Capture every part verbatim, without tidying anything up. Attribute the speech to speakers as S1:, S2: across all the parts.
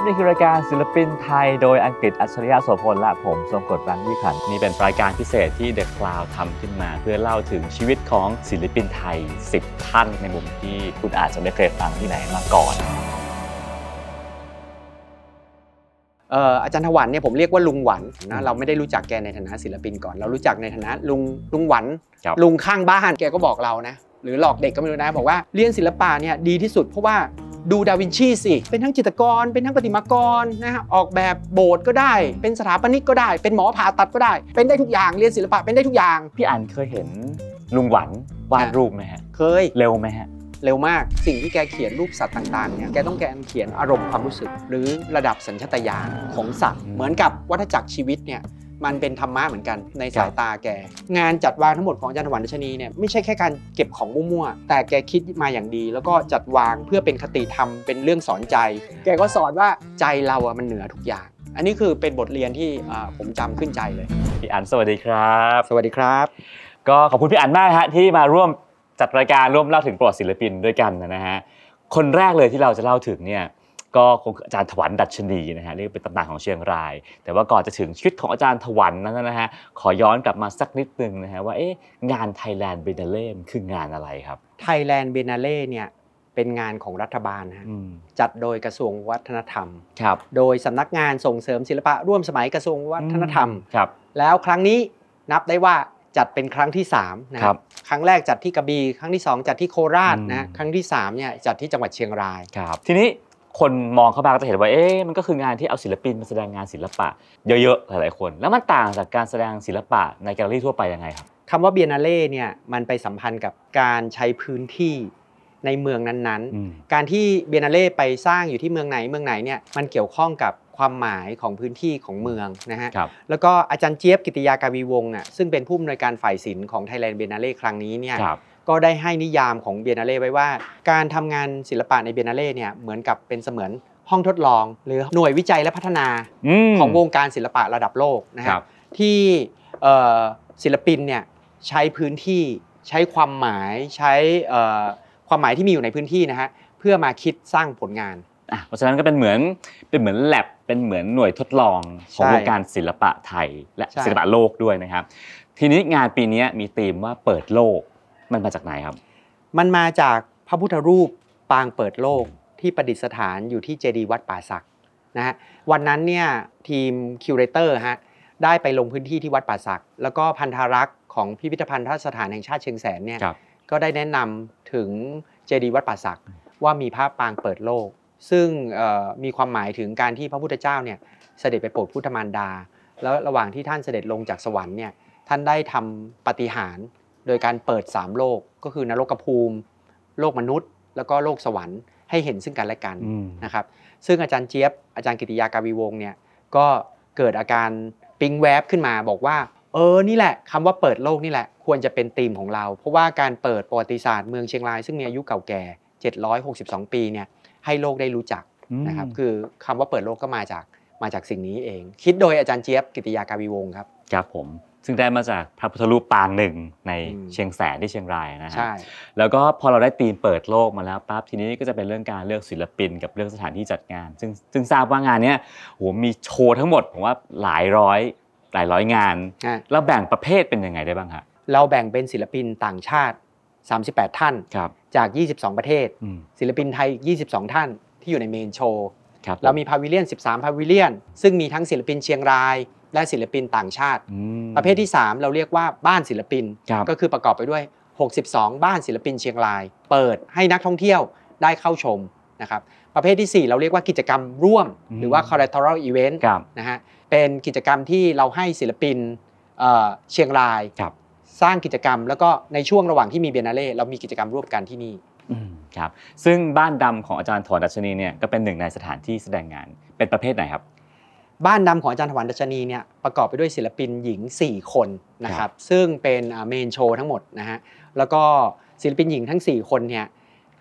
S1: นี่คือรายการศิลปินไทยโดยอังกฤษอัจฉริยะโสพลและผมทรงกฎรังวิขันธ์นี่เป็นรายการพิเศษที่ The Cloud ทำขึ้นมาเพื่อเล่าถึงชีวิตของศิลปินไทยสิบท่านในมุมที่คุณอาจจะไม่เคยฟังที่ไหนมาก่อน
S2: เอ่ออาจารย์ถวันเนี่ยผมเรียกว่าลุงหวันนะเราไม่ได้รู้จักแกในฐานะศิลปินก่อนเรารู้จักในฐานะลุงลุงหวันลุงข้างบ้านแกก็บอกเรานะหรือหลอกเด็กก็ไม่รู้นะบอกว่าเรียนศิลปะเนี่ยดีที่สุดเพราะว่าดูดาวินชีสิเป็นทั้งจิตรกรเป็นทั้งประติมากรนะฮะออกแบบโบสถ์ก็ได้เป็นสถาปนิกก็ได้เป็นหมอผ่าตัดก็ได้เป็นได้ทุกอย่างเรียนศิลปะเป็นได้ทุกอย่าง
S1: พี่อั๋นเคยเห็นลุงหวันวาดรูปไหมฮะ
S2: เคย
S1: เร็วไหมฮะ
S2: เร็วมากสิ่งที่แกเขียนรูปสัตว์ต่างๆเนี่ยแกต้องแกเขียนอารมณ์ความรู้สึกหรือระดับสัญชาตญาณของสัตว์เหมือนกับวัฏจักรชีวิตเนี่ยมันเป็นธรรมะเหมือนกันในสายตาแกงานจัดวางทั้งหมดของอาจารย์ถวันดัชนีเนี่ยไม่ใช่แค่การเก็บของมั่วๆแต่แกคิดมาอย่างดีแล้วก็จัดวางเพื่อเป็นคติธรรมเป็นเรื่องสอนใจแกก็สอนว่าใจเราอะมันเหนือทุกอย่างอันนี้คือเป็นบทเรียนที่ผมจำขึ้นใจเลย
S1: พี่อั๋นสวัสดีครับ
S2: สวัสดีครับ
S1: ก็ขอบคุณพี่อั๋นมากฮะที่มาร่วมจัดรายการร่วมเล่าถึงประวัติศิลปินด้วยกันนะฮะคนแรกเลยที่เราจะเล่าถึงเนี่ยก็คงอาจารย์ถวันดัชนีนะฮะนี่เป็นตำนานของเชียงรายแต่ว่าก่อนจะถึงชีวิตของอาจารย์ถวันนั้นนะฮะขอย้อนกลับมาสักนิดนึงนะฮะว่าเอ๊ะงาน Thailand Biennale คืองานอะไรครับ
S2: Thailand Biennale เนี่ยเป็นงานของรัฐบาลฮะจัดโดยกระทรวงวัฒนธรรม
S1: ครับ
S2: โดยสำนักงานส่งเสริมศิลปะร่วมสมัยกระทรวงวัฒนธรรม
S1: ครับ
S2: แล้วครั้งนี้นับได้ว่าจัดเป็นครั้งที่สามนะครับครั้งแรกจัดที่กระบี่ครั้งที่สองจัดที่โคราชนะครั้งที่สามเนี่ยจัดที่จังหวัดเชียงราย
S1: ครับทีนี้คนมองเข้ามาก็จะเห็นว่าเอ๊ะมันก็คืองานที่เอาศิลปินมาแสดงงานศิลปะเยอะๆหลายๆคนแล้วมันต่างจากการแสดงศิลปะในแกลเลอรี่ทั่วไปยังไงครับ
S2: คำว่า Biennale เนี่ยมันไปสัมพันธ์กับการใช้พื้นที่ในเมืองนั้นๆการที่ Biennale ไปสร้างอยู่ที่เมืองไหนเมืองไหนเนี่ยมันเกี่ยวข้องกับความหมายของพื้นที่ของเมืองนะฮะแล้วก็อาจารย์เจี๊ยบกิติยากาวีวงศ์น่ะซึ่งเป็นผู้อำนวยการฝ่ายศิลป์ของ Thailand Biennale ครั้งนี้เนี่ยก็ได้ให้นิยามของ Biennale ไว้ว่าการทำงานศิลปะใน Biennale เนี่ยเหมือนกับเป็นเสมือนห้องทดลองหรือหน่วยวิจัยและพัฒนาของวงการศิลปะระดับโลกนะครับที่ศิลปินเนี่ยใช้พื้นที่ใช้ความหมายใช้ความหมายที่มีอยู่ในพื้นที่นะฮะเพื่อมาคิดสร้างผลงาน
S1: เพราะฉะนั้นก็เป็นเหมือนเป็นเหมือนแลบเป็นเหมือนหน่วยทดลองของวงการศิลปะไทยและศิลปะโลกด้วยนะครับทีนี้งานปีนี้มีธีมว่าเปิดโลกมันมาจากไหนครับ
S2: มันมาจากพระพุทธรูปปางเปิดโลกที่ประดิษฐานอยู่ที่เจดีย์วัดป่าสักนะฮะวันนั้นเนี่ยทีมคิวเรเตอร์ฮะได้ไปลงพื้นที่ที่วัดป่าสักแล้วก็พันธารักษ์ของพิพิธภัณฑสถานแห่งชาติเชียงแสนเนี่ยก็ได้แนะนำถึงเจดีย์วัดป่าสักว่ามีภาพปางเปิดโลกซึ่งมีความหมายถึงการที่พระพุทธเจ้าเนี่ยเสด็จไปโปรดพุทธมารดาแล้วระหว่างที่ท่านเสด็จลงจากสวรรค์เนี่ยท่านได้ทำปาฏิหาริย์โดยการเปิดสามโลกก็คือนรกภูมิโลกมนุษย์แล้วก็โลกสวรรค์ให้เห็นซึ่งกันและกันนะครับซึ่งอาจารย์เจี๊ยบอาจารย์กิติยากาวีวงศ์เนี่ยก็เกิดอาการปิ๊งแวบขึ้นมาบอกว่าเออนี่แหละคำว่าเปิดโลกนี่แหละควรจะเป็นธีมของเราเพราะว่าการเปิดประวัติศาสตร์เมืองเชียงรายซึ่งมีอายุเก่าแก่เจ็ดร้อยหกสิบสองปีเนี่ยให้โลกได้รู้จักนะครับคือคำว่าเปิดโลกก็มาจากมาจากสิ่งนี้เองคิดโดยอาจารย์เจี๊ยบกิติยากาวีวงศ์ครับ
S1: ครับผมซึ่งได้มาจากพระพุทธรูปปางหนึ่งในเชียงแสนที่เชียงรายนะฮะใช่แล้วก็พอเราได้ธีมเปิดโลกมาแล้วปั๊บทีนี้ก็จะเป็นเรื่องการเลือกศิลปินกับเรื่องสถานที่จัดงานซึ่งซึ่งทราบว่างานนี้โหมีโชว์ทั้งหมดผมว่าหลายร้อยหลายร้อยงานแล้วแบ่งประเภทเป็นยังไงได้บ้างครับ
S2: เราแบ่งเป็นศิลปินต่างชาติสามสิบแปดท่านจากยี่สิบสองประเทศศิลปินไทยยี่สิบสองท่านที่อยู่ในเมนโชว์เรามีพาวิเลียนสิบสามพาวิเลียนซึ่งมีทั้งศิลปินเชียงรายและศิลปินต่างชาติประเภทที่สามเราเรียกว่าบ้านศิลปินก็คือประกอบไปด้วยหกสิบสองบ้านศิลปินเชียงรายเปิดให้นักท่องเที่ยวได้เข้าชมนะครับประเภทที่สี่เราเรียกว่ากิจกรรมร่วมหรือว่า collateral event นะฮะเป็นกิจกรรมที่เราให้ศิลปินเชียงรายสร้างกิจกรรมแล้วก็ในช่วงระหว่างที่มี Biennale เรามีกิจกรรมร่วมกันที่นี่
S1: ครับซึ่งบ้านดำของอาจารย์ถวันดัชนีเนี่ยก็เป็นหนึ่งในสถานที่แสดงงานเป็นประเภทไหนครับ
S2: บ้านดำของอาจารย์ถวันดัชนีเนี่ยประกอบไปด้วยศิลปินหญิงสี่คนนะครับซึ่งเป็นเมนโชว์ทั้งหมดนะฮะแล้วก็ศิลปินหญิงทั้งสี่คนเนี่ย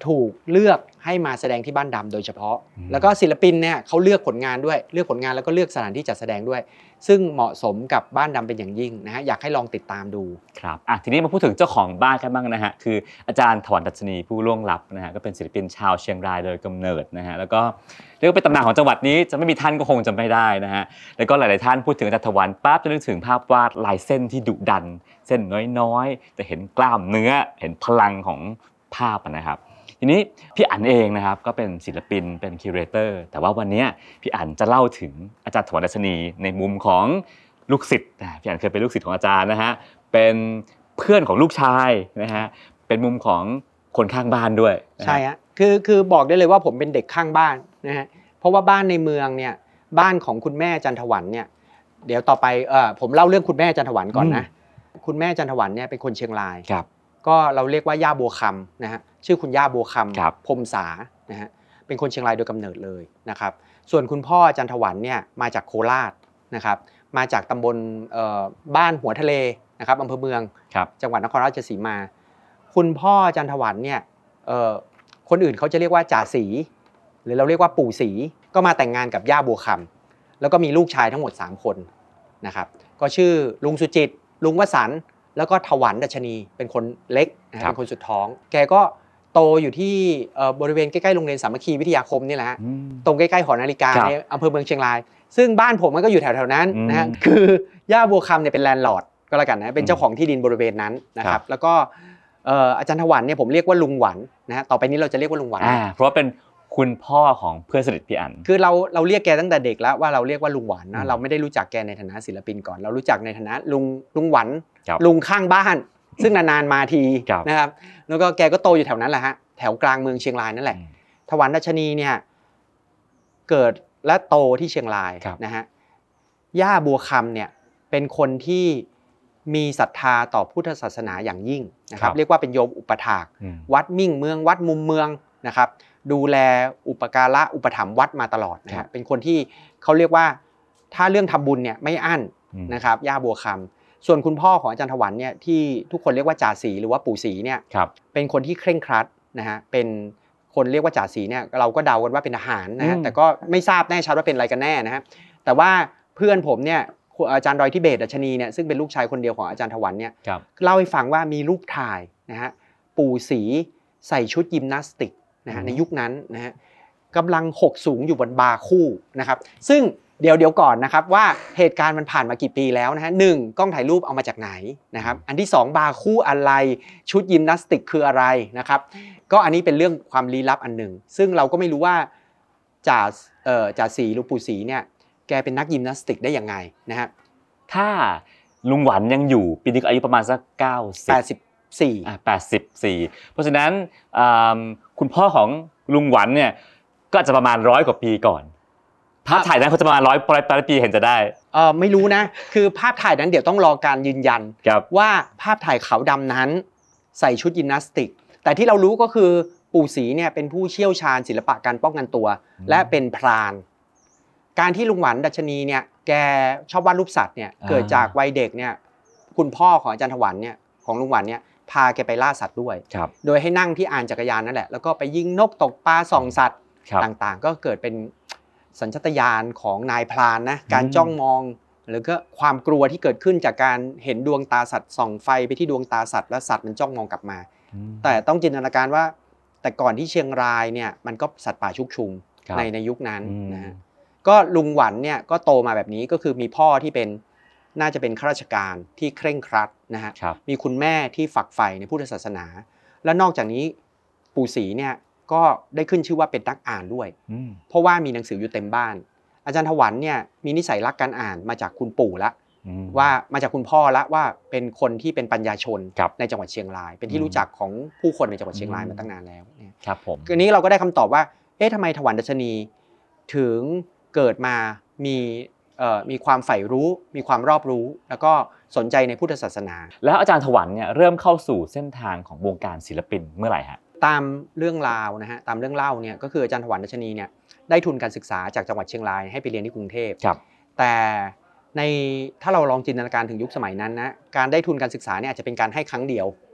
S2: ถูกเลือกให้มาแสดงที่บ้านดำโดยเฉพาะแล้วก็ศิลปินเนี่ยเขาเลือกผลงานด้วยเลือกผลงานแล้วก็เลือกสถานที่จัดแสดงด้วยซึ่งเหมาะสมกับบ้านดำเป็นอย่างยิ่งนะฮะอยากให้ลองติดตามดู
S1: ครับอ่ะทีนี้มาพูดถึงเจ้าของบ้านกันบ้างนะฮะคืออาจารย์ถวันดัชนีผู้ล่วงลับนะฮะก็เป็นศิลปินชาวเชียงรายโดยกำเนิดนะฮะแล้วก็เรียกว่าเป็นตำนานของจังหวัดนี้จะไม่มีท่านก็คงจะไม่ได้นะฮะแล้วก็หลายๆท่านพูดถึงอาจารย์ถวันปั๊บจะนึกถึงภาพวาดลายเส้นที่ดุดันเส้นน้อยๆแต่เห็นกล้ามเนื้อเห็นพลังของภาพนะครับทีนี้พี่อั๋นเองนะครับก็เป็นศิลปินเป็นคิวเรเตอร์แต่ว่าวันนี้พี่อั๋นจะเล่าถึงอาจารย์ถวันดัชนีในมุมของลูกศิษย์พี่อั๋นเคยเป็นลูกศิษย์ของอาจารย์นะฮะเป็นเพื่อนของลูกชายนะฮะเป็นมุมของคนข้างบ้านด้วย
S2: ใช่ฮะคือคือบอกได้เลยว่าผมเป็นเด็กข้างบ้านนะฮะเพราะว่าบ้านในเมืองเนี่ยบ้านของคุณแม่จันทวันเนี่ยเดี๋ยวต่อไปเออผมเล่าเรื่องคุณแม่จันทวันก่อนนะคุณแม่จันทวันเนี่ยเป็นคนเชียงรายก็เราเรียกว่าย่าบัวคำนะฮะชื่อคุณย่าบัวคำพรมสานะฮะเป็นคนเชียงรายโดยกำเนิดเลยนะครับส่วนคุณพ่อจันทวันเนี่ยมาจากโคราชนะครับมาจากตำบลบ้านหัวทะเลนะครับอำเภอเมืองจังหวัดนครราชสีมาคุณพ่อจันทวันเนี่ยคนอื่นเขาจะเรียกว่าจ่าศรีหรือเราเรียกว่าปู่ศรีก็มาแต่งงานกับย่าบัวคำแล้วก็มีลูกชายทั้งหมดสามคนนะครับก็ชื่อลุงสุจิตลุงวสันต์แล้วก็ถวันดัชนีเป็นคนเล็กนะเป็นคนสุดท้องแกก็โตอยู่ที่บริเวณใกล้ๆโรงเรียนสามัคคีวิทยาคมนี่แหละฮะตรงใกล้ๆหอนาฬิกาในอำเภอเมืองเชียงรายซึ่งบ้านผมมันก็อยู่แถวๆนั้นนะฮะคือย่าบัวคำเนี่ยเป็นแลนด์ลอร์ดก็แล้วกันนะเป็นเจ้าของที่ดินบริเวณนั้นนะครับแล้วก็อาจารย์ถวันเนี่ยผมเรียกว่าลุงหวันนะฮะต่อไปนี้เราจะเรียกว่าลุงหวัน
S1: เพราะว่าเป็นคุณพ่อของเพื่อนสนิทพี่อั๋น
S2: คือเราเราเรียกแกตั้งแต่เด็กแล้วว่าเราเรียกว่าลุงหวันนะเราไม่ได้รู้จักแกในฐานะศิลปินก่อนเรารู้จักในฐานะลุงลุงหวันลุงข้างบ้านซึ่งนานๆมาทีนะครับแล้วก็แกก็โตอยู่แถวนั้นแหละฮะแถวกลางเมืองเชียงรายนั่นแหละถวันดัชนีเนี่ยเกิดและโตที่เชียงรายนะฮะย่าบัวคำเนี่ยเป็นคนที่มีศรัทธาต่อพุทธศาสนาอย่างยิ่งนะครับเรียกว่าเป็นโยมอุปถากวัดมิ่งเมืองวัดมุมเมืองนะครับดูแลอุปการะอุปถัมภ์วัดมาตลอดนะฮะเป็นคนที่เขาเรียกว่าถ้าเรื่องทำบุญเนี่ยไม่อั้นนะครับย่าบัวคำส่วนคุณพ่อของอาจารย์ถวันเนี่ยที่ทุกคนเรียกว่าจ่าศรีหรือว่าปู่ศรีเนี่ยเป็นคนที่เคร่งครัดนะฮะเป็นคนเรียกว่าจ่าศรีเนี่ยเราก็เดากันว่าเป็นทหารนะฮะแต่ก็ไม่ทราบแน่ชัดว่าเป็นอะไรกันแน่นะฮะแต่ว่าเพื่อนผมเนี่ยอาจารย์ดอยทิเบตดัชนีเนี่ยซึ่งเป็นลูกชายคนเดียวของอาจารย์ถวันเนี่ยเล่าให้ฟังว่ามีรูปถ่ายนะฮะปู่ศรีใส่ชุดยิมนาสติกนะฮะในยุคนั้นนะฮะกำลังหกสูงอยู่บนบาร์คู่นะครับซึ่งเดี๋ยวเดี๋ยวก่อนนะครับว่าเหตุการณ์มันผ่านมากี่ปีแล้วนะฮะหนึ่งกล้องถ่ายรูปเอามาจากไหนนะครับอันที่สองบาร์คู่อะไรชุดยิมนาสติกคืออะไรนะครับก็อันนี้เป็นเรื่องความลี้ลับอันหนึ่งซึ่งเราก็ไม่รู้ว่าจ่าเอ่อจ่าศรีหรือปู่ศรีเนี่ยแกเป็นนักยิมนาสติกได้ยังไงนะฮะ
S1: ถ้าลุงหวันยังอยู่ปีนี้อายุประมาณสักเก้าสิบ
S2: แปดสิบสี่
S1: อ่ะแปดสิบสี่เพราะฉะนั้นคุณพ่อของลุงหวันเนี่ยก็อาจจะประมาณร้อยกว่าปีก่อนภาพถ่ายนั้นเขาจะประมาณร้อยร้อยปีเห็นจะได้
S2: เออไม่รู้นะคือภาพถ่ายนั้นเดี๋ยวต้องรอการยืนยันว่าภาพถ่ายขาวดำนั้นใส่ชุดยิมนาสติกแต่ที่เรารู้ก็คือปู่ศรีเนี่ยเป็นผู้เชี่ยวชาญศิลปะการป้องกันตัวและเป็นพรานการที่ลุงหวันดัชนีเนี่ยแกชอบวาดรูปสัตว์เนี่ยเกิดจากวัยเด็กเนี่ยคุณพ่อของอาจารย์ถวันเนี่ยของลุงหวันเนี่ยพาแกไปล่าสัตว์ด้วยโดยให้นั่งที่อานจักรยานนั่นแหละแล้วก็ไปยิงนกตกปลาส่องสัตว์ต่างๆก็เกิดเป็นสัญชาตญาณของนายพรานนะการจ้องมองหรือก็ความกลัวที่เกิดขึ้นจากการเห็นดวงตาสัตว์ส่องไฟไปที่ดวงตาสัตว์แล้วสัตว์มันจ้องมองกลับมาแต่ต้องจินตนาการว่าแต่ก่อนที่เชียงรายเนี่ยมันก็สัตว์ป่าชุกชุมในในยุคนั้นนะฮะก็ลุงหวันเนี่ยก็โตมาแบบนี้ก็คือมีพ่อที่เป็นน่าจะเป็นข้าราชการที่เคร่งครัดนะฮะมีคุณแม่ที่ฝักใฝ่ในพุทธศาสนาและนอกจากนี้ปู่ศรีเนี่ยก็ได้ขึ้นชื่อว่าเป็นนักอ่านด้วยเพราะว่ามีหนังสืออยู่เต็มบ้านอาจารย์ถวันเนี่ยมีนิสัยรักการอ่านมาจากคุณปู่ละว่ามาจากคุณพ่อละว่าเป็นคนที่เป็นปัญญาชนในจังหวัดเชียงรายเป็นที่รู้จักของผู้คนในจังหวัดเชียงรายมาตั้งนานแล้ว
S1: ครับผม
S2: ทีนี้เราก็ได้คำตอบว่าเอ๊ะทำไมถวันดัชนีถึงเกิดมามีเอ่อมีความใฝ่รู้มีความรอบรู้แล้วก็สนใจในพุทธศาสนา
S1: แล้วอาจารย์ถวันเนี่ยเริ่มเข้าสู่เส้นทางของวงการศิลปินเมื่อไหร่ฮะ
S2: ตามเรื่องราวนะฮะตามเรื่องเล่าเนี่ยก็คืออาจารย์ถวันดัชนีเนี่ยได้ทุนการศึกษาจากจังหวัดเชียงรายให้ไปเรียนที่กรุงเทพแต่ในถ้าเราลองจินตนาการถึงยุคสมัยนั้นนะการได้ทุนการศึกษาเนี่ยอาจจะเป็นการให้ครั้งเดียว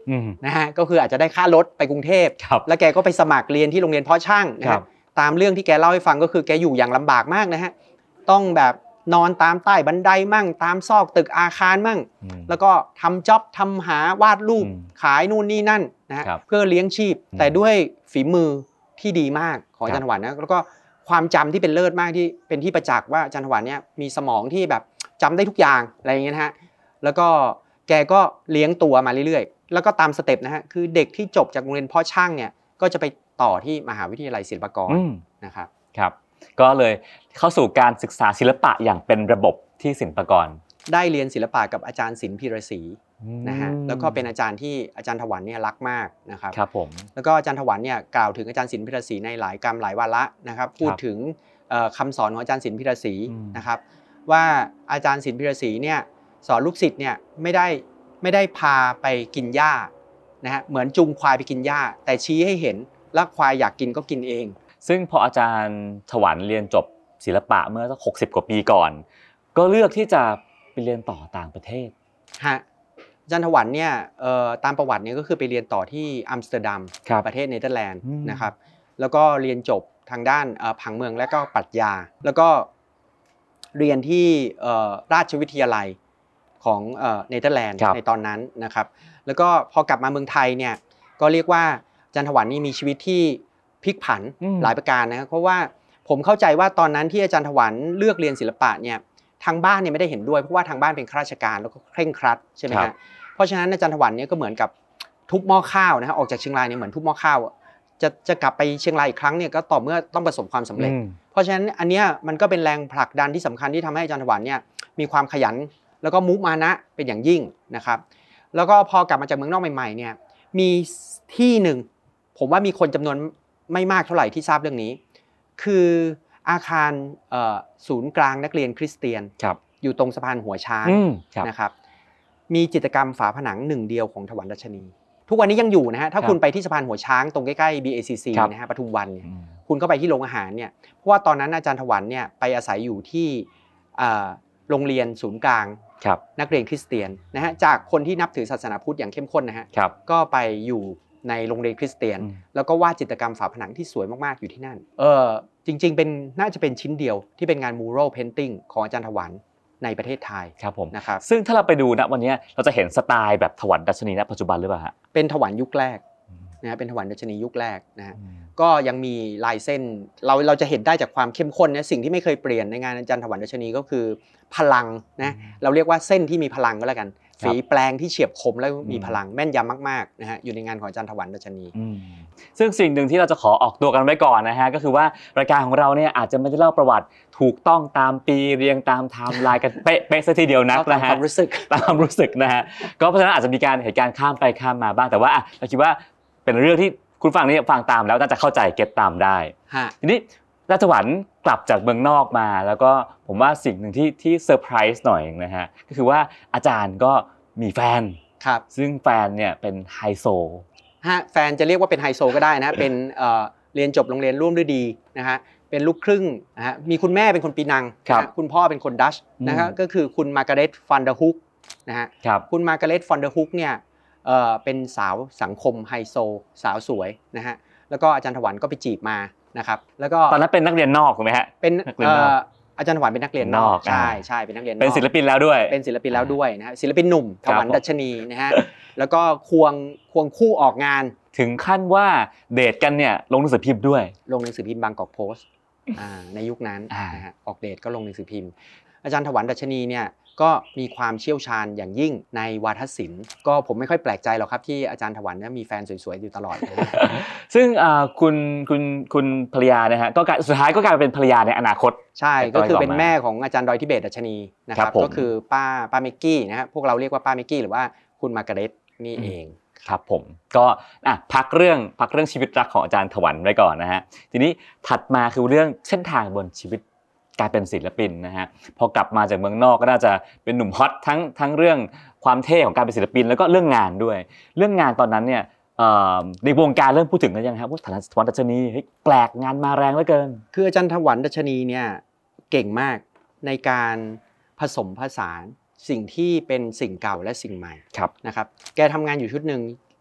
S2: นะฮะก็คืออาจจะได้ค่ารถไปกรุงเทพแล้วแกก็ไปสมัครเรียนที่โรงเรียนเพาะช่างนะฮะตามเรื่องที่แกเล่าให้ฟังก็คือแกอยู่อย่างลำบากมากนะฮะต้องแบบนอนตามใต้บันไดมั่งตามซอกตึกอาคารมั่งแล้วก็ทำจ็อบทำหาวาดรูปขายนู่นนี่นั่นนะฮะเพื่อเลี้ยงชีพแต่ด้วยฝีมือที่ดีมากของอาจารย์ถวันนะแล้วก็ความจำที่เป็นเลิศมากที่เป็นที่ประจักษ์ว่าอาจารย์ถวันเนี่ยมีสมองที่แบบจำได้ทุกอย่างอะไรอย่างเงี้ยนะฮะแล้วก็แกก็เลี้ยงตัวมาเรื่อยๆแล้วก็ตามสเต็ปนะฮะคือเด็กที่จบจากโรงเรียนพ่อช่างเนี่ยก็จะไปต่อที่มหาวิทยาลัยศิลปากรนะครับ
S1: ครับก็เลยเข้าสู่การศึกษาศิลปะอย่างเป็นระบบที่ศิลปากร
S2: ได้เรียนศิลปะกับอาจารย์ศิลป์พีระศรีนะฮะแล้วก็เป็นอาจารย์ที่อาจารย์ถวันเนี่ยรักมากนะครับ
S1: ครับผม
S2: แล้วก็อาจารย์ถวันเนี่ยกล่าวถึงอาจารย์ศิลป์พีระศรีในหลายกรรมหลายวาระนะครับพูดถึงคำสอนของอาจารย์ศิลป์พีระศรีนะครับว่าอาจารย์ศิลป์พีระศรีเนี่ยสอนลูกศิษย์เนี่ยไม่ได้ไม่ได้พาไปกินหญ้านะฮะเหมือนจูงควายไปกินหญ้าแต่ชี้ให้เห็นแล้วควายอยากกินก็กินเอง
S1: ซึ่งพออาจารย์ถวันเรียนจบศิลปะเมื่อสักหกสิบกว่าปีก่อนก็เลือกที่จะไปเรียนต่อต่างประเทศ
S2: ฮะอาจารย์ถวันเนี่ยตามประวัติเนี่ยก็คือไปเรียนต่อที่อัมสเตอร์ดัมประเทศเนเธอร์แลนด์นะครับแล้วก็เรียนจบทางด้านผังเมืองและก็ปรัชญาแล้วก็เรียนที่ราชวิทยาลัยของเนเธอร์แลนด์ในตอนนั้นนะครับแล้วก็พอกลับมาเมืองไทยเนี่ยก็เรียกว่าอาจารย์ถวันนี่มีชีวิตที่พลิกผันหลายประการนะครับเพราะว่าผมเข้าใจว่าตอนนั้นที่อาจารย์ถวันเลือกเรียนศิลปะเนี่ยทางบ้านเนี่ยไม่ได้เห็นด้วยเพราะว่าทางบ้านเป็นข้าราชการแล้วก็เคร่งครัดใช่ไหมฮะเพราะฉะนั้นอาจารย์ถวันเนี่ยก็เหมือนกับทุบหม้อข้าวนะฮะออกจากเชียงรายเนี่ยเหมือนทุบหม้อข้าวจะจะกลับไปเชียงรายอีกครั้งเนี่ยก็ต่อเมื่อต้องประสบความสำเร็จเพราะฉะนั้นอันเนี้ยมันก็เป็นแรงผลักดันที่สำคัญที่ทำให้อาจารย์ถวันเนี่ยมีความขยันแล้วก็มุมานะเป็นอย่างยิ่งนะครับแล้วก็พอกลับมาจากเมืองนอกใหม่ๆเนี่ยมีที่หนึ่งผมว่ามีคนจำนวนไม่มากเท่าไหร่ที่ทราบเรื่องนี้คืออาคารศูนย์กลางนักเรียนคริสเตียนอยู่ตรงสะพานหัวช้างนะครับมีจิตรกรรมฝาผนังหนึ่งเดียวของถวันดัชนีทุกวันนี้ยังอยู่นะฮะถ้าคุณไปที่สะพานหัวช้างตรงใกล้ๆ บี เอ ซี ซี นะฮะปทุมวันเนี่ยคุณก็ไปที่โรงอาหารเนี่ยเพราะว่าตอนนั้นอาจารย์ถวันเนี่ยไปอาศัยอยู่ที่โรงเรียนศูนย์กลางนักเรียนคริสเตียนนะฮะจากคนที่นับถือศาสนาพุทธอย่างเข้มข้นนะฮะก็ไปอยู่ในโรงเรียนคริสเตียนแล้วก็วาดจิตรกรรมฝาผนังที่สวยมากๆอยู่ที่นั่นเออจริงๆเป็นน่าจะเป็นชิ้นเดียวที่เป็นงาน mural painting ของอาจารย์ถวันในประเทศไทย
S1: ครับผม
S2: นะครับ
S1: ซึ่งถ้าเราไปดูนะวันนี้เราจะเห็นสไตล์แบบถวันดัชนีณปัจจุบันหรือเปล่าฮะ
S2: เป็นถวันยุคแรกนะฮะเป็นถวันดัชนียุคแรกนะฮะก็ยังมีลายเส้นเราเราจะเห็นได้จากความเข้มข้นนะสิ่งที่ไม่เคยเปลี่ยนในงานอาจารย์ถวันดัชนีก็คือพลังนะเราเรียกว่าเส้นที่มีพลังก็แล้วกันฝีแปลงที่เฉียบคมและมีพลังแม่นยำมากๆนะฮะอยู่ในงานของอาจารย์ถวันดัชนี
S1: ซึ่งสิ่งหนึ่งที่เราจะขอออกตัวกันไว้ก่อนนะฮะก็คือว่ารายการของเราเนี่ยอาจจะไม่ได้เล่าประวัติถูกต้องตามปีเรียงตามไทม์ไลน์กันเป๊ะๆซะทีเดียวนักนะฮะ
S2: ตามความรู้สึก
S1: ตามความรู้สึกนะฮะก็เพราะฉะนั้นอาจจะมีการเหตุการณ์ข้ามไปข้ามมาบ้างแต่ว่าเราคิดว่าเป็นเรื่องที่คุณฟังนี่ฟังตามแล้วน่าจะเข้าใจเก็ตตามได้ทีนี้ราชถวันกลับจากเมืองนอกมาแล้วก็ผมว่าสิ่งหนึ่งที่ที่เซอร์ไพรส์หน่อยนะฮะก็คือว่าอาจารย์ก็มีแฟน
S2: ครับ
S1: ซึ่งแฟนเนี่ยเป็นไฮโซ
S2: ฮะแฟนจะเรียกว่าเป็นไฮโซก็ได้นะเป็นเอ่อเรียนจบโรงเรียนร่วมฤดีนะฮะเป็นลูกครึ่งนะฮะมีคุณแม่เป็นคนปีนังนะคุณพ่อเป็นคนดัชนะฮะก็คือคุณมาร์กาเร็ตฟันเดอร์ฮุกนะฮะคุณมาร์กาเร็ตฟันเดอร์ฮุกเนี่ยเอ่อเป็นสาวสังคมไฮโซสาวสวยนะฮะแล้วก็อาจารย์ถวันก็ไปจีบมานะครับแล้วก็
S1: ตอนนั้นเป็นนักเรียนนอกถูกไหมฮะ
S2: เป็นเอ่ออาจารย์ถวันเป็นนักเรียนนอกใช่ใช่เป็นนักเรียนนอก
S1: เป็นศิลปินแล้วด้วย
S2: เป็นศิลปินแล้วด้วยนะฮะศิลปินหนุ่มถวันดัชนีนะฮะแล้วก็ควงควงคู่ออกงาน
S1: ถึงขั้นว่าเดทกันเนี่ยลงหนังสือพิมพ์ด้วย
S2: ลงหนังสือพิมพ์บางกอกโพสต์ในยุคนั้นนะฮะออกเดทก็ลงหนังสือพิมพ์อาจารย์ถวันดัชนีเนี่ยก็มีความเชี่ยวชาญอย่างยิ่งในวาทศิลป์ก็ผมไม่ค่อยแปลกใจหรอกครับที่อาจารย์ถวันเนี่ยมีแฟนสวยๆอยู่ตลอด
S1: ซึ่งคุณคุณคุณภรรยานะฮะก็สุดท้ายก็กลายเป็นภรรยาในอนาคต
S2: ใช่ก็คือเป็นแม่ของอาจารย์ดอยทิเบตดัชนีนะครับก็คือป้าป้าเมกกี้นะฮะพวกเราเรียกว่าป้าเมกกี้หรือว่าคุณมาร์กาเร็ตนี่เอง
S1: ครับผมก็อ่ะพักเรื่องพักเรื่องชีวิตรักของอาจารย์ถวันไว้ก่อนนะฮะทีนี้ถัดมาคือเรื่องเส้นทางบนชีวิตการเป็นศิลปินนะฮะพอกลับมาจากเมืองนอกก็น่าจะเป็นหนุ่มฮอตทั้งทั้งเรื่องความเท่ของการเป็นศิลปินแล้วก็เรื่องงานด้วยเรื่องงานตอนนั้นเนี่ยในวงการเริ่มพูดถึงกันยังครับว่าถวันดัชนีแปลกงานมาแรงเหลือเกิน
S2: คืออาจารย์ถวันดัชนีเนี่ยเก่งมากในการผสมผสานสิ่งที่เป็นสิ่งเก่าและสิ่งใหม่นะครับแกทำงานอยู่ชุดหนึ่ง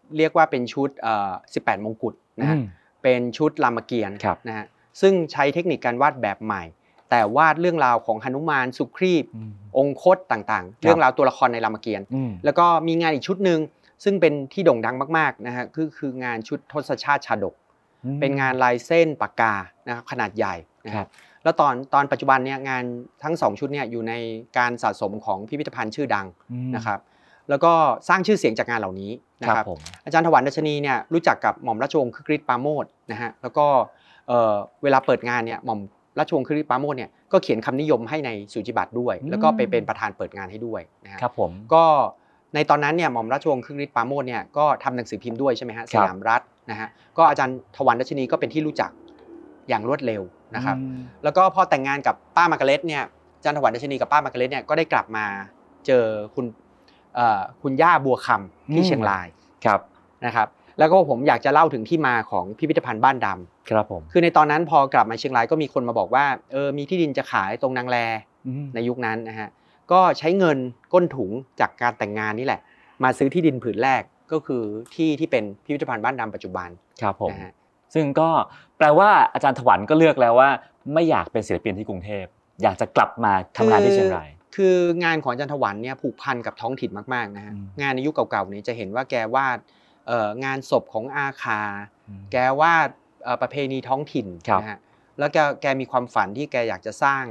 S2: เรียกว่าเป็นชุดเอ่อสิบแปดมงกุฎนะฮะเป็นชุดรามเกียรติ์นะฮะซึ่งใช้เทคนิคการวาดแบบใหม่แต่วาดเรื่องราวของหนุมานสุครีพองคตต่างๆเรื่องราวตัวละครในรามเกียรติ์แล้วก็มีงานอีกชุดนึงซึ่งเป็นที่โด่งดังมากๆนะฮะคือคืองานชุดทศชาติชาดกเป็นงานลายเส้นปากกานะครับขนาดใหญ่นะครับแล้วตอนตอนปัจจุบันเนี่ยงานทั้งสองชุดเนี่ยอยู่ในการสะสมของพิพิธภัณฑ์ชื่อดังนะครับแล้วก็สร้างชื่อเสียงจากงานเหล่านี้นะครับอาจารย์ถวันดัชนีเนี่ยรู้จักกับหม่อมราชวงศ์คึกฤทธิ์ปราโมชนะฮะแล้วก็เอ่อเวลาเปิดงานเนี่ยหม่อมราชวงศ์คึกฤทธิ์ปราโมชเนี่ยก็เขียนคำนิยมให้ในสูจิบัตรด้วยแล้วก็ไปเป็นประธานเปิดงานให้ด้วยนะครับผมก็ในตอนนั้นเนี่ยหม่อมราชวงศ์คึกฤทธิ์ปราโมชเนี่ยก็ทำหนังสือพิมพ์ด้วยใช่ไหมฮะสยามรัฐนะฮะก็อาจารย์ถวันดัชนีก็เป็นที่รู้จักอย่างรวดเร็วนะครับแล้วก็พอแต่งงานกับป้ามาร์กาเร็ตเนี่ยอาจารย์ถวันดัชนีกับป้ามาร์กาเร็ตเนี่ยก็ได้กลับมาเจอคุณคุณย่าบัวคำที่เชียงรายครับนะครับแล้วก็ผมอยากจะเล่าถึงที่มาของพิพิธภัณฑ์บ้านดำครับผมคือในตอนนั้นพอกลับมาเชียงรายก็มีคนมาบอกว่าเออมีที่ดินจะขายตรงนางแลในยุคนั้นนะฮะก็ใช้เงินก้นถุงจากการแต่งงานนี่แหละมาซื้อที่ดินผืนแรกก็คือที่ที่เป็นพิพิธภัณฑ์บ้านดำปัจจุบันครับผมนะฮะซึ่งก็แปลว่าอาจารย์ถวันก็เลือกแล้วว่าไม่อยากเป็นศิลปินที่กรุงเทพอยากจะกลับมาทำงานที่เชียงรายคืองานของอาจารย์ถวันเนี่ยผูกพันกับท้องถิ่นมากๆนะฮะงานในยุคเก่าๆนี้จะเห็นว่าแกวาดงานศพของอาคาแกวาดประเพณีท้องถิ่นนะฮะแล้วแกแกมีความฝันที่แกอยากจะสร้าง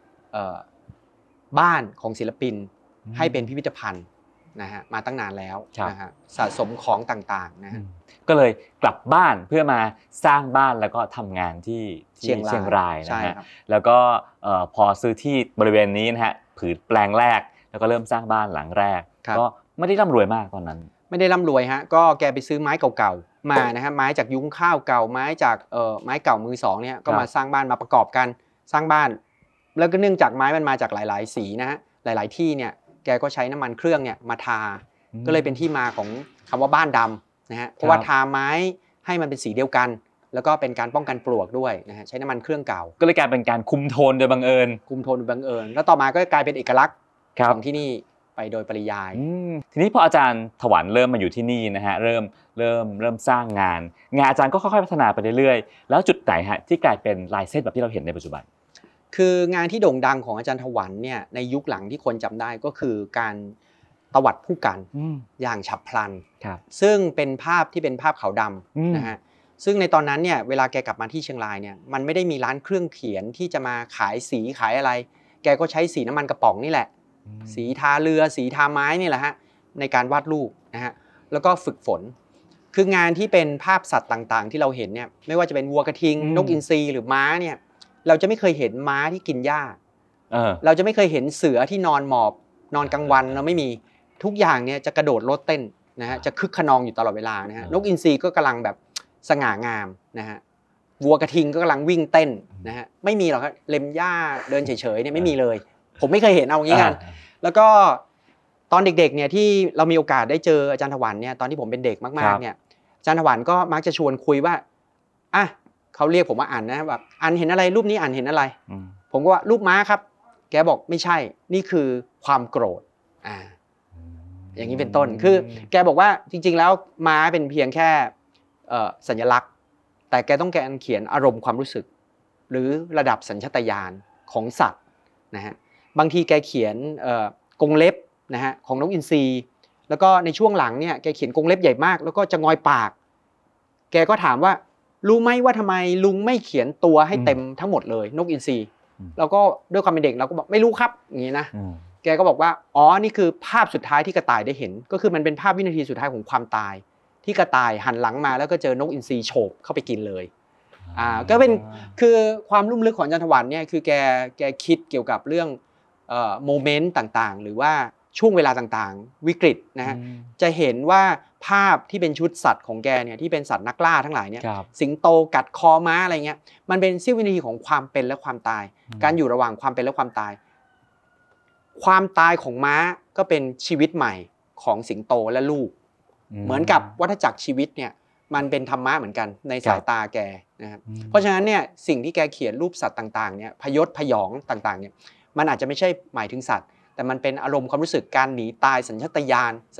S2: บ้านของศิลปินให้เป็นพิพิธภัณฑ์นะฮะมาตั้งนานแล้วนะฮะสะสมของต่างๆนะฮะก็เลยกลับบ้านเพื่อมาสร้างบ้านแล้วก็ทำงานที่เชียงเชียงรายนะฮะแล้วก็พอซื้อที่บริเวณนี้นะฮะผืนแปลงแรกแล้วก็เริ่มสร้างบ้านหลังแรกก็ไม่ได้ร่ำรวยมากตอนนั้นไม่ได้ร่ำรวยฮะก็แกไปซื้อไม้เก่าๆมานะฮะไม้จากยุ้งข้าวเก่าไม้จากเอ่อไม้เก่ามือสองเนี่ยก็มาสร้างบ้านมาประกอบกันสร้างบ้านแล้วก็เนื่องจากไม้มันมาจากหลายๆสีนะฮะหลายๆที่เนี่ยแกก็ใช้น้ำมันเครื่องเนี่ยมาทาก็เลยเป็นที่มาของคำว่าบ้านดำนะฮะเพราะว่าทาไม้ให้มันเป็นสีเดียวกันแล้วก็เป็นการป้องกันปลวกด้วยนะฮะใช้น้ำมันเครื่องเก่าก็เลยกลายเป็นการคุมโทนโดยบังเอิญคุมโทนโดยบังเอิญแล้วต่อมาก็กลายเป็นเอกลักษณ์ของที่นี่ไปโดยปริยายทีนี้พออาจารย์ถวันเริ่มมาอยู่ที่นี่นะฮะเริ่มเริ่มเริ่มสร้างงานงานอาจารย์ก็ค่อยๆพัฒนาไปเรื่อยๆแล้วจุดไหนฮะที่กลายเป็นลายเส้นแบบที่เราเห็นในปัจจุบันคืองานที่โด่งดังของอาจารย์ถวันเนี่ยในยุคหลังที่คนจำได้ก็คือการตวัดผู้กันอย่างฉับพลันซึ่งเป็นภาพที่เป็นภาพขาวดำนะฮะซึ่งในตอนนั้นเนี่ยเวลาแกกลับมาที่เชียงรายเนี่ยมันไม่ได้มีร้านเครื่องเขียนที่จะมาขายสีขายอะไรแกก็ใช้สีน้ำมันกระป๋องนี่แหละสีทาเรือสีทาไม้นี่แหละฮะในการวาดรูปนะฮะแล้วก็ฝึกฝนคืองานที่เป็นภาพสัตว์ต่างๆที่เราเห็นเนี่ยไม่ว่าจะเป็นวัวกระทิงนกอินทรีหรือม้าเนี่ยเราจะไม่เคยเห็นม้าที่กินหญ้าเราจะไม่เคยเห็นเสือที่นอนหมอบนอนกลางวันเราไม่มีทุกอย่างเนี่ยจะกระโดดโลดเต้นนะฮะจะคึกขนองอยู่ตลอดเวลานะฮะนกอินทรีก็กำลังแบบสง่างามนะฮะวัวกระทิงก็กำลังวิ่งเต้นนะฮะไม่มีหรอกครับเล็มหญ้าเดินเฉยๆเนี่ยไม่มีเลยผมไม่เคยเห็นเอางี้กันแล้วก็ตอนเด็กๆเนี่ยที่เรามีโอกาสได้เจออาจารย์ถวันเนี่ยตอนที่ผมเป็นเด็กมากๆเนี่ยอาจารย์ถวันก็มักจะชวนคุยว่าอ่ะเขาเรียกผมว่าอ่านนะแบบอ่านเห็นอะไรรูปนี้อ่านเห็นอะไรผมก็ว่ารูปม้าครับแกบอกไม่ใช่นี่คือความโกรธอ่าอย่างนี้เป็นต้นคือแกบอกว่าจริงๆแล้วม้าเป็นเพียงแค่สัญลักษณ์แต่แกต้องการเขียนอารมณ์ความรู้สึกหรือระดับสัญชาตญาณของสัตว์นะฮะบางทีแกเขียนกรงเล็บนะฮะของนกอินทรีแล้วก็ในช่วงหลังเนี่ยแกเขียนกรงเล็บใหญ่มากแล้วก็จะงอยปากแกก็ถามว่ารู้ไหมว่าทำไมลุงไม่เขียนตัวให้เต็มทั้งหมดเลยนกอินทรีแล้วก็ด้วยความเป็นเด็กเราก็บอกไม่รู้ครับอย่างนี้นะแกก็บอกว่าอ๋อนี่คือภาพสุดท้ายที่กระต่ายได้เห็นก็คือมันเป็นภาพวินาทีสุดท้ายของความตายที่กระต่ายหันหลังมาแล้วก็เจอนกอินทรีโฉบเข้าไปกินเลยอ่าก็เป็นคือความลุ่มลึกของอาจารย์ถวันเนี่ยคือแกแกคิดเกี่ยวกับเรื่องเอ่อโมเมนต์ต่างๆหรือว่าช่วงเวลาต่างๆวิกฤตนะฮะจะเห็นว่าภาพที่เป็นชุดสัตว์ของแกเนี่ยที่เป็นสัตว์นักล่าทั้งหลายเนี่ยสิงโตกัดคอม้าอะไรเงี้ยมันเป็นเสี้ยววินาทีของความเป็นและความตายการอยู่ระหว่างความเป็นและความตายความตายของม้าก็เป็นชีวิตใหม่ของสิงโตและลูกเหมือนกับวัฏจักรชีวิตเนี่ยมันเป็นธรรมะเหมือนกันในสายตาแกนะครับเพราะฉะนั้นเนี่ยสิ่งที่แกเขียนรูปสัตว์ต่างๆเนี่ยพยศพยองต่างๆเนี่ยมันอาจจะไม่ใช่หมายถึงสัตว์แต่มันเป็นอารมณ์ความรู้สึกการหนีตายสัญชาตญาณสัญ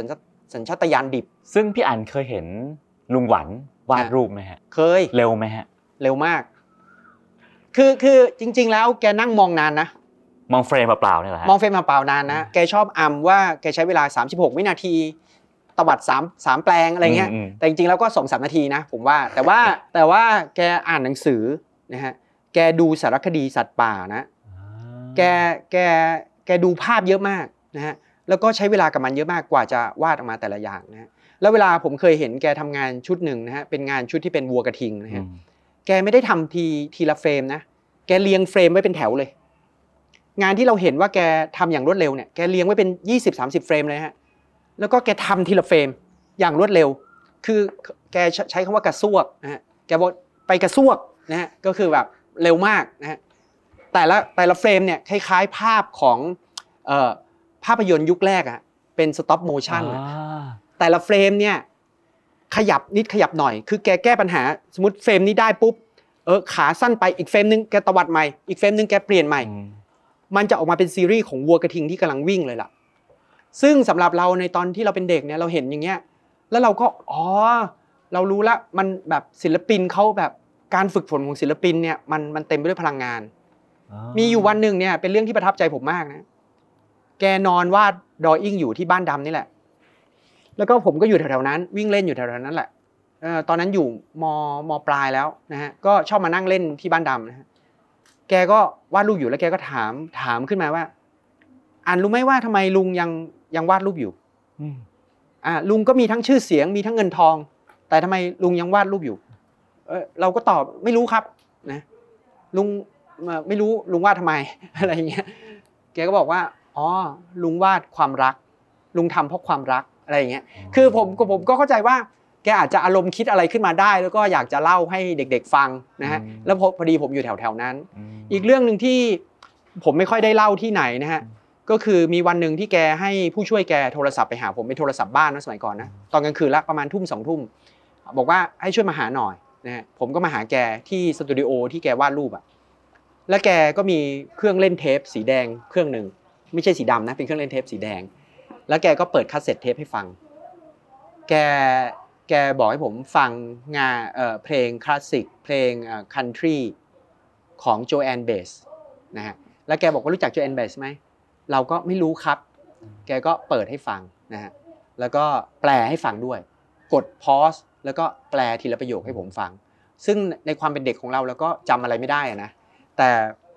S2: สัญชาตญาณดิบ
S1: ซึ่งพี่อั๋นเคยเห็นลุงหวันวาดรูปไหมฮะ
S2: เคย
S1: เร็วไหมฮะ
S2: เร็วมากคือคือจริงๆแล้วแกนั่งมองนานนะ
S1: มองเฟรมเปล่าๆเนี่ยเหรอฮะ
S2: มองเฟรมเปล่าๆนานนะแกชอบอำว่าแกใช้เวลาสามสิบหกวินาทีตวัดสาม สามแปลงอะไรเงี้ยแต่จริงๆแล้วก็ สองถึงสาม นาทีนะผมว่าแต่ว่าแต่ว่าแกอ่านหนังสือนะฮะแกดูสารคดีสัตว์ป่านะแกแกแกดูภาพเยอะมากนะฮะแล้วก็ใช้เวลากับมันเยอะมากกว่าจะวาดออกมาแต่ละอย่างนะฮะแล้วเวลาผมเคยเห็นแกทำงานชุดหนึ่งนะฮะเป็นงานชุดที่เป็นวัวกระทิงนะฮะแกไม่ได้ทำทีทีละเฟรมนะแกเรียงเฟรมไว้เป็นแถวเลยงานที่เราเห็นว่าแกทำอย่างรวดเร็วเนี่ยแกเรียงไว้เป็น ยี่สิบถึงสามสิบ เฟรมเลยฮะแล้วก็แกทำทีละเฟรมอย่างรวดเร็วคือแกใช้คำว่ากระซวกนะฮะแกบอกไปกระซวกนะฮะก็คือแบบเร็วมากนะฮะแต่ละแต่ละเฟรมเนี่ยคล้ายๆภาพของเอ่อภาพยนตร์ยุคแรกอะเป็นสต็อปโมชั่นแต่ละเฟรมเนี่ยขยับนิดขยับหน่อยคือแกแก้ปัญหาสมมติเฟรมนี้ได้ปุ๊บเออขาสั้นไปอีกเฟรมนึงแกตวัดใหม่อีกเฟรมนึงแกเปลี่ยนใหม่มันจะออกมาเป็นซีรีส์ของวัวกระทิงที่กำลังวิ่งเลยล่ะซึ่งสำหรับเราในตอนที่เราเป็นเด็กเนี่ยเราเห็นอย่างเงี้ยแล้วเราก็อ๋อเรารู้ละมันแบบศิลปินเขาแบบการฝึกฝนของศิลปินเนี่ยมันมันเต็มไปด้วยพลังงานมีอยู่วันหนึ่งเนี่ยเป็นเรื่องที่ประทับใจผมมากนะแกนอนวาดดรออิ่งอยู่ที่บ้านดำนี่แหละแล้วก็ผมก็อยู่แถวๆนั้นวิ่งเล่นอยู่แถวๆนั้นแหละเออตอนนั้นอยู่มมปลายแล้วนะฮะก็ชอบมานั่งเล่นที่บ้านดำนะฮะแกก็วาดรูปอยู่แล้วแกก็ถามถามขึ้นมาว่าอ่านรู้ไหมว่าทำไมลุงยังยังวาดรูปอยู่อ่าลุงก็มีทั้งชื่อเสียงมีทั้งเงินทองแต่ทำไมลุงยังวาดรูปอยู่เออเราก็ตอบไม่รู้ครับนะลุงไม่รู้ลุงวาดทำไมอะไรอย่างเงี้ยแกก็บอกว่าอ๋อลุงวาดความรักลุงทำเพราะความรักอะไรอย่างเงี้ยคือผมผมก็เข้าใจว่าแกอาจจะอารมณ์คิดอะไรขึ้นมาได้แล้วก็อยากจะเล่าให้เด็กๆฟังนะฮะแล้วพอดีผมอยู่แถวๆนั้นอีกเรื่องนึงที่ผมไม่ค่อยได้เล่าที่ไหนนะฮะก็คือมีวันหนึ่งที่แกให้ผู้ช่วยแกโทรศัพท์ไปหาผมเป็นโทรศัพท์บ้านนะสมัยก่อนนะตอนกลางคืนละประมาณทุ่มสองทุ่มบอกว่าให้ช่วยมาหาหน่อยนะฮะผมก็มาหาแกที่สตูดิโอที่แกวาดรูปอ่ะแล้วแกก็มีเครื่องเล่นเทปสีแดงเครื่องนึงไม่ใช่สีดำนะเป็นเครื่องเล่นเทปสีแดงแล้วแกก็เปิดคาสเซ็ตเทปให้ฟังแกแกบอกให้ผมฟังงานเอ่อเพลงคลาสสิกเพลงเอ่อคันทรีของโจแอนเบสนะฮะแล้วแกบอกว่ารู้จักโจแอนเบสไหมเราก็ไม่รู้ครับแกก็เปิดให้ฟังนะฮะแล้วก็แปลให้ฟังด้วยกดพอสแล้วก็แปลทีละประโยคให้ผมฟังซึ่งในความเป็นเด็กของเราแล้วก็จำอะไรไม่ได้นะแต่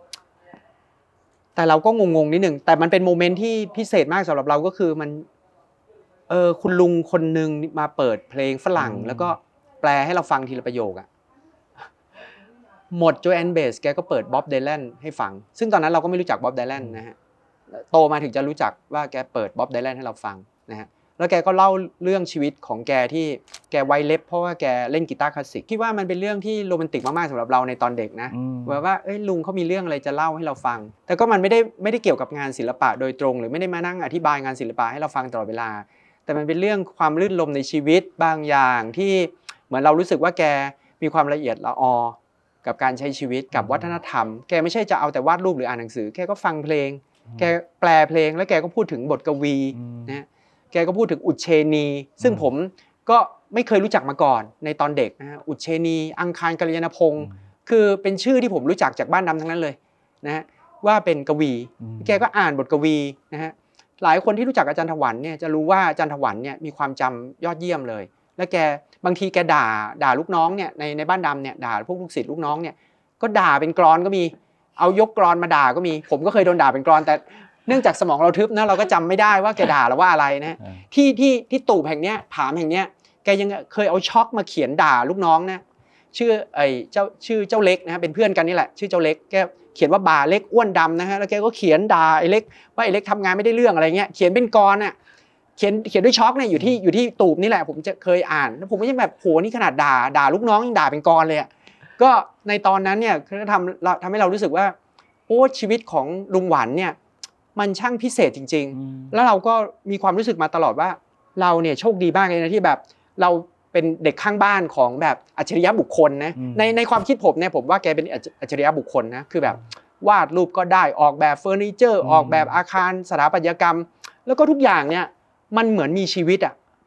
S2: แต่เราก็งงๆนิดนึงแต่มันเป็นโมเมนต์ที่พิเศษมากสำหรับเราก็คือมันเออคุณลุงคนนึงมาเปิดเพลงฝรั่งแล้วก็แปลให้เราฟังทีละประโยคอะหมดโจแอนเบสแกก็เปิดบ๊อบไดแลนให้ฟังซึ่งตอนนั้นเราก็ไม่รู้จักบ๊อบไดแลนนะฮะโตมาถึงจะรู้จักว่าแกเปิดบ๊อบไดแลนให้เราฟังนะฮะแล้วแกก็เล่าเรื่องชีวิตของแกที่แกไวเล็บเพราะว่าแกเล่นกีตาร์คลาสสิกคิดว่ามันเป็นเรื่องที่โรแมนติกมากๆสำหรับเราในตอนเด็กนะว่าว่าเอ้ยลุงเขามีเรื่องอะไรจะเล่าให้เราฟังแต่ก็มันไม่ได้ไม่ได้เกี่ยวกับงานศิลปะโดยตรงหรือไม่ได้มานั่งอธิบายงานศิลปะให้เราฟังตลอดเวลาแต่มันเป็นเรื่องความลื่นลมในชีวิตบางอย่างที่เหมือนเรารู้สึกว่าแกมีความละเอียดละออกับการใช้ชีวิตกับวัฒนธรรมแกไม่ใช่จะเอาแต่วาดรูปหรืออ่านหนังสือแกก็ฟังเพลงแกแปลเพลงแล้วแกก็พูดถึงบทกวีนะแกก็พูดถึงอุเชนีซึ่งผมก็ไม่เคยรู้จักมาก่อนในตอนเด็กนะฮะอุเชนีอังคารกัลยาณพงศ์คือเป็นชื่อที่ผมรู้จักจากบ้านดำทั้งนั้นเลยนะฮะว่าเป็นกวีแกก็อ่านบทกวีนะฮะหลายคนที่รู้จักอาจารย์ถวันเนี่ยจะรู้ว่าอาจารย์ถวันเนี่ยมีความจำยอดเยี่ยมเลยและแกบางทีแกด่าด่าลูกน้องเนี่ยในในบ้านดำเนี่ยด่าพวกลูกศิษย์ลูกน้องเนี่ยก็ด่าเป็นกลอนก็มีเอายกกลอนมาด่าก็มีผมก็เคยโดนด่าเป็นกลอนแต่เนื่องจากสมองเราทึบนะเราก็จำไม่ได้ว่าแกด่าเราว่าอะไรนะที่ที่ที่ตูบแห่งเนี้ยผามแห่งเนี้ยแกยังเคยเอาช็อกมาเขียนด่าลูกน้องนะชื่อไอ้เจ้าชื่อเจ้าเล็กนะฮะเป็นเพื่อนกันนี่แหละชื่อเจ้าเล็กแกเขียนว่าบ่าเล็กอ้วนดำนะฮะแล้วแกก็เขียนด่าไอ้เล็กว่าไอ้เล็กทำงานไม่ได้เรื่องอะไรเงี้ยเขียนเป็นกลน่ะเขียนเขียนด้วยช็อกเนี่ยอยู่ที่อยู่ที่ตูบนี่แหละผมจะเคยอ่านแล้วผมก็ยังแบบโหนี่ขนาดด่าด่าลูกน้องยังด่าเป็นกลเลยอ่ะก็ในตอนนั้นเนี่ยก็ทำทำให้เรารู้สึกว่าโอ้ชีวิตของลุงหวันเนี่ยมันช่างพิเศษจริงๆแล้วเราก็มีความรู้สึกมาตลอดว่าเราเนี่ยโชคดีมากเลยนะที่แบบเราเป็นเด็กข้างบ้านของแบบอัจฉริยะบุคคลนะในในความคิดผมเนี่ยผมว่าแกเป็นอัจฉริยะบุคคลนะคือแบบวาดรูปก็ได้ออกแบบเฟอร์นิเจอร์ออกแบบอาคารสถาปัตยกรรมแล้วก็ทุกอย่างเนี่ยมันเหมือนมีชีวิตอ่ะ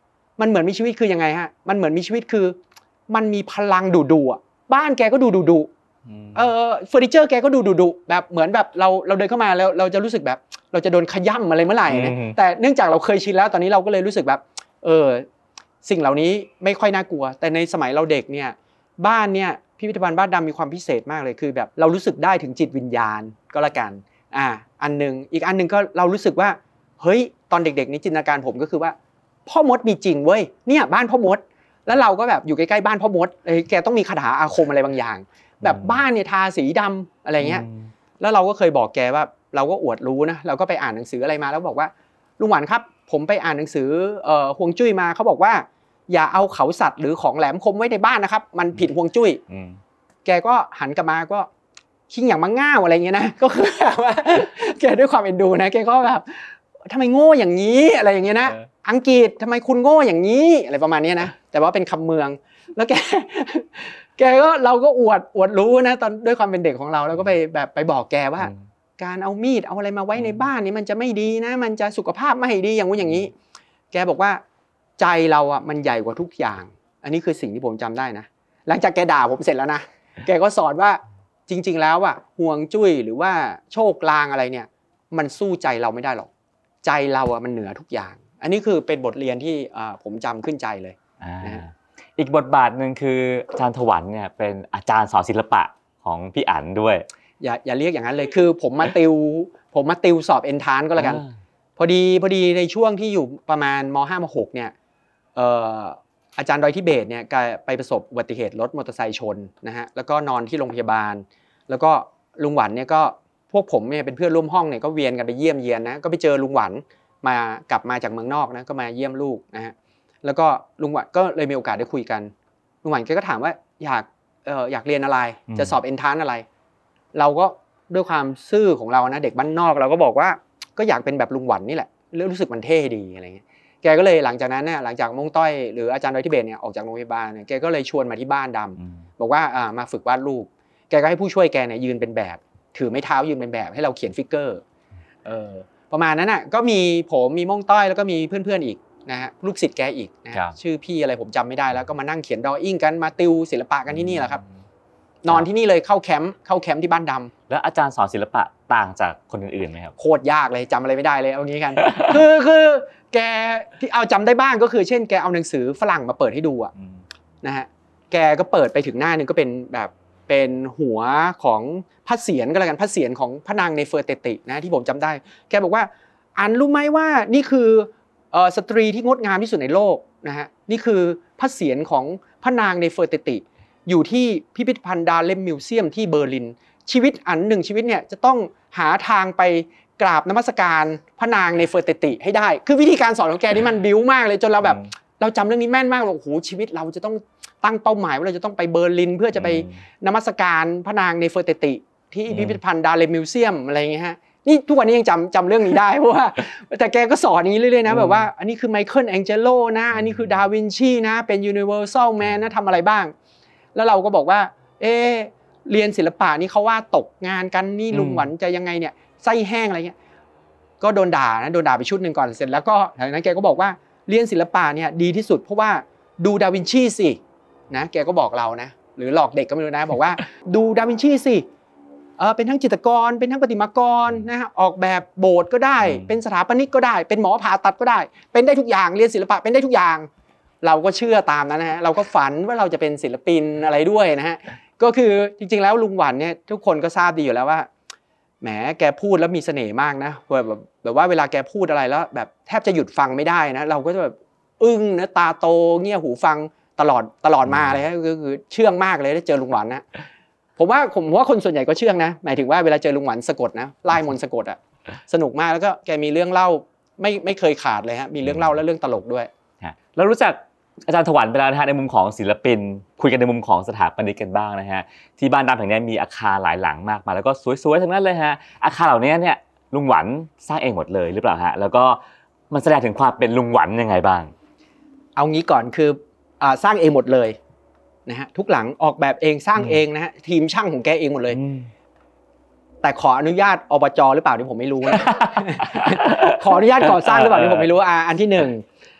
S2: มันเหมือนมีชีวิตคือยังไงฮะมันเหมือนมีชีวิตคือมันมีพลังดุดุอ่ะบ้านแกก็ดูดุดุเออเฟอร์นิเจอร์แกก็ดูดุดุแบบเหมือนแบบเราเราเดินเข้ามาแล้วเราจะรู้สึกแบบเราจะโดนขย้ำอะไรเมื่อไหร่นะแต่เนื่องจากเราเคยชินแล้วตอนนี้เราก็เลยรู้สึกแบบเออสิ่งเหล่านี้ไม่ค่อยน่ากลัวแต่ในสมัยเราเด็กเนี่ยบ้านเนี่ยพิพิธภัณฑ์บ้านดำมีความพิเศษมากเลยคือแบบเรารู้สึกได้ถึงจิตวิญญาณก็แล้วกันอ่าอันนึงอีกอันนึงก็เรารู้สึกว่าเฮ้ยตอนเด็กๆนี้จินตนาการผมก็คือว่าพ่อมดมีจริงเว้ยเนี่ยบ้านพ่อมดแล้วเราก็แบบอยู่ใกล้ๆบ้านพ่อมดเอ้ยแกต้องมีคาถาอาคมอะไรบางอย่างแบบบ้านเนี่ยทาสีดำอะไรเงี้ยแล้วเราก็เคยบอกแกว่าเราก็อวดรู้นะเราก็ไปอ่านหนังสืออะไรมาแล้วบอกว่าลุงหวานครับผมไปอ่านหนังสือเอ่อฮวงจุ้ยมาเขาบอกว่าอย่าเอาเขาสัตว์หรือของแหลมคมไว้ในบ้านนะครับมันผิดฮวงจุ้ยแกก็หันกลับมาก็คิงอย่างมังง่าวอะไรเงี้ยนะก็คือแบบว่าแกด้วยความเอ็นดูนะแกก็แบบทำไมโง่อย่างนี้อะไรอย่างเงี้ยนะอังกฤษทำไมคุณโง่อย่างนี้อะไรประมาณนี้นะแต่ว่าเป็นคำเมืองแล้วแกแกก็เราก็อวดอวดรู้นะตอนด้วยความเป็นเด็กของเราแล้วก็ไปแบบไปบอกแกว่าการเอามีดเอาอะไรมาไว้ในบ้านนี่มันจะไม่ดีนะมันจะสุขภาพไม่ดีอย่างงู้นอย่างนี้แกบอกว่าใจเราอ่ะมันใหญ่กว่าทุกอย่างอันนี้คือสิ่งที่ผมจำได้นะหลังจากแกด่าผมเสร็จแล้วนะแกก็สอนว่าจริงๆแล้วอ่ะห่วงจุ้ยหรือว่าโชคลางอะไรเนี่ยมันสู้ใจเราไม่ได้หรอกใจเราอ่ะมันเหนือทุกอย่างอันนี้คือเป็นบทเรียนที่ผมจำขึ้นใจเลยนะ
S1: อีกบทบาทหนึ่งคืออาจารย์ถวันเนี่ยเป็นอาจารย์สอนศิลปะของพี่อั๋นด้วย
S2: อย่าอย่าเรียกอย่างนั้นเลยคือผมมาติวผมมาติวสอบเอนทรานซ์ก็แล้วกันพอดีพอดีในช่วงที่อยู่ประมาณม.ห้าม หกเนี่ยเอ่ออาจารย์ดอยทิเบตเนี่ยไปประสบอุบัติเหตุรถมอเตอร์ไซค์ชนนะฮะแล้วก็นอนที่โรงพยาบาลแล้วก็ลุงหวันเนี่ยก็พวกผมเนี่ยเป็นเพื่อนร่วมห้องเนี่ยก็เวียนกันไปเยี่ยมเยียนนะก็ไปเจอลุงหวันมากลับมาจากเมืองนอกนะก็มาเยี่ยมลูกนะฮะแล้วก็ลุงหวันก็เลยมีโอกาสได้คุยกันลุงหวันแกก็ถามว่าอยากเอ่ออยากเรียนอะไรจะสอบเอนทรานซ์อะไรเราก็ด้วยความซื่อของเรานะเด็กบ้านนอกเราก็บอกว่าก็อยากเป็นแบบลุงหวันนี่แหละรู้สึกมันเท่ดีอะไรเงี้ยแกก็เลยหลังจากนั้นเนี่ยหลังจากมงต้อยหรืออาจารย์ดอยทิเบตเนี่ยออกจากโรงพยาบาลเนี่ยแกก็เลยชวนมาที่บ้านดำบอกว่าอ่ามาฝึกวาดรูปแกก็ให้ผู้ช่วยแกเนี่ยยืนเป็นแบบถือไม้เท้ายืนเป็นแบบให้เราเขียนฟิกเกอร์เออประมาณนั้นน่ะก็มีผมมีมงต้อยแล้วก็มีเพื่อนๆอีกนะฮะลูกศิษย์แกอีกนะชื่อพี่อะไรผมจำไม่ได้แล้วก็มานั่งเขียนดรออิ่งกันมาติวศิลปะกันที่นี่แหละครับนอนที่นี่เลยเข้าแคมป์เข้าแคมป์ที่บ้านดำ
S1: แล้วอาจารย์สอนศิลปะต่างจากคนอื่นๆไหมครับ
S2: โคตรยากเลยจำอะไรไม่ได้เลยเอางี้กันคือคือแกที่เอาจำได้บ้างก็คือเช่นแกเอาหนังสือฝรั่งมาเปิดให้ดูอะนะฮะแกก็เปิดไปถึงหน้านึงก็เป็นแบบเป็นหัวของพระเศียรก็แล้วกันพระเศียรของพระนางเนเฟอร์เตตินะที่ผมจำได้แกบอกว่าอันรู้ไหมว่านี่คือเอ่อสตรีที่งดงามที่สุดในโลกนะฮะนี่คือพระเศียรของพระนางเนเฟอร์เตติอยู่ที่พิพิธภัณฑ์ดาร์เลมมิวเซียมที่เบอร์ลินชีวิตอันหนึ่งชีวิตเนี่ยจะต้องหาทางไปกราบนมัสการพระนางเนเฟอร์เตติให้ได้คือวิธีการสอนของแกนี่มันบิ้วมากเลยจนเราแบบเราจำเรื่องนี้แม่นมากเลยโอ้โหชีวิตเราจะต้องตั้งเป้าหมายว่าเราจะต้องไปเบอร์ลินเพื่อจะไปนมัสการพระนางเนเฟอร์เตติที่พิพิธภัณฑ์ดาร์เลมมิวเซียมอะไรอย่างเงี้ยฮะนี่ทุกวันนี้ยังจำจำเรื่องนี้ได้เพราะว่าแต่แกก็สอนอย่างนี้เรื่อยๆนะแบบว่าอันนี้คือไมเคิลแองเจโลนะอันนี้คือดาวินชีนะเป็นยูนิเวอร์แซลแมนนะทำอะไรบ้างแล้วเราก็บอกว่าเออเรียนศิลปะนี่เขาว่าตกงานกันนี่ลุงหวันจะยังไงเนี่ยไส้แห้งอะไรเงี้ยก็โดนด่านะโดนด่าไปชุดหนึ่งก่อนเสร็จแล้วก็หลังจากนั้นแกก็บอกว่าเรียนศิลปะเนี่ยดีที่สุดเพราะว่าดูดาวินชีสินะแกก็บอกเรานะหรือหลอกเด็กก็ไม่รู้นะบอกว่าดูดาวินชีสิเออเป็นทั้งจิตรกรเป็นทั้งประติมากรนะฮะออกแบบโบสถ์ก็ได้เป็นสถาปนิกก็ได้เป็นหมอผ่าตัดก็ได้เป็นได้ทุกอย่างเรียนศิลปะเป็นได้ทุกอย่างเราก็เชื่อตามนั้นนะฮะเราก็ฝันว่าเราจะเป็นศิลปินอะไรด้วยนะฮะก็คือจริงๆแล้วลุงหวันเนี่ยทุกคนก็ทราบดีอยู่แล้วว่าแหมแกพูดแล้วมีเสน่ห์มากนะแบบแบบว่าเวลาแกพูดอะไรแล้วแบบแทบจะหยุดฟังไม่ได้นะเราก็จะแบบอึ้งนะตาโตเงี่ยหูฟังตลอดตลอดมาเลยก็คือเชื่องมากเลยได้เจอลุงหวันนะผมว่าผมว่าคนส่วนใหญ่ก็เชื่องนะหมายถึงว่าเวลาเจอลุงหวันสะกดนะไล่มนต์สะกดอ่ะสนุกมากแล้วก็แกมีเรื่องเล่าไม่ไม่เคยขาดเลยฮะมีเรื่องเล่าและเรื่องตลกด้วย
S1: แล้วรู้จักอาจารย์ถวันไปแล้วนะฮะในมุมของศิลปินคุยกันในมุมของสถาปนิกกันบ้างนะฮะที่บ้านดำแห่งนี้มีอาคารหลายหลังมากมายแล้วก็สวยๆทั้งนั้นเลยฮะอาคารเหล่านี้เนี่ยลุงหวันสร้างเองหมดเลยหรือเปล่าฮะแล้วก็มันแสดงถึงความเป็นลุงหวันยังไงบ้าง
S2: เอางี้ก่อนคืออ่าสร้างเองหมดเลยนะฮะทุกหลังออกแบบเองสร้างเองนะฮะทีมช่างของแกเองหมดเลยแต่ขออนุญาตอบจหรือเปล่านี่ผมไม่รู้นะ ขออนุญาตก่อสร้างหรือเปล่านี่ผมไม่รู้อ่าอันที่หนึ่ง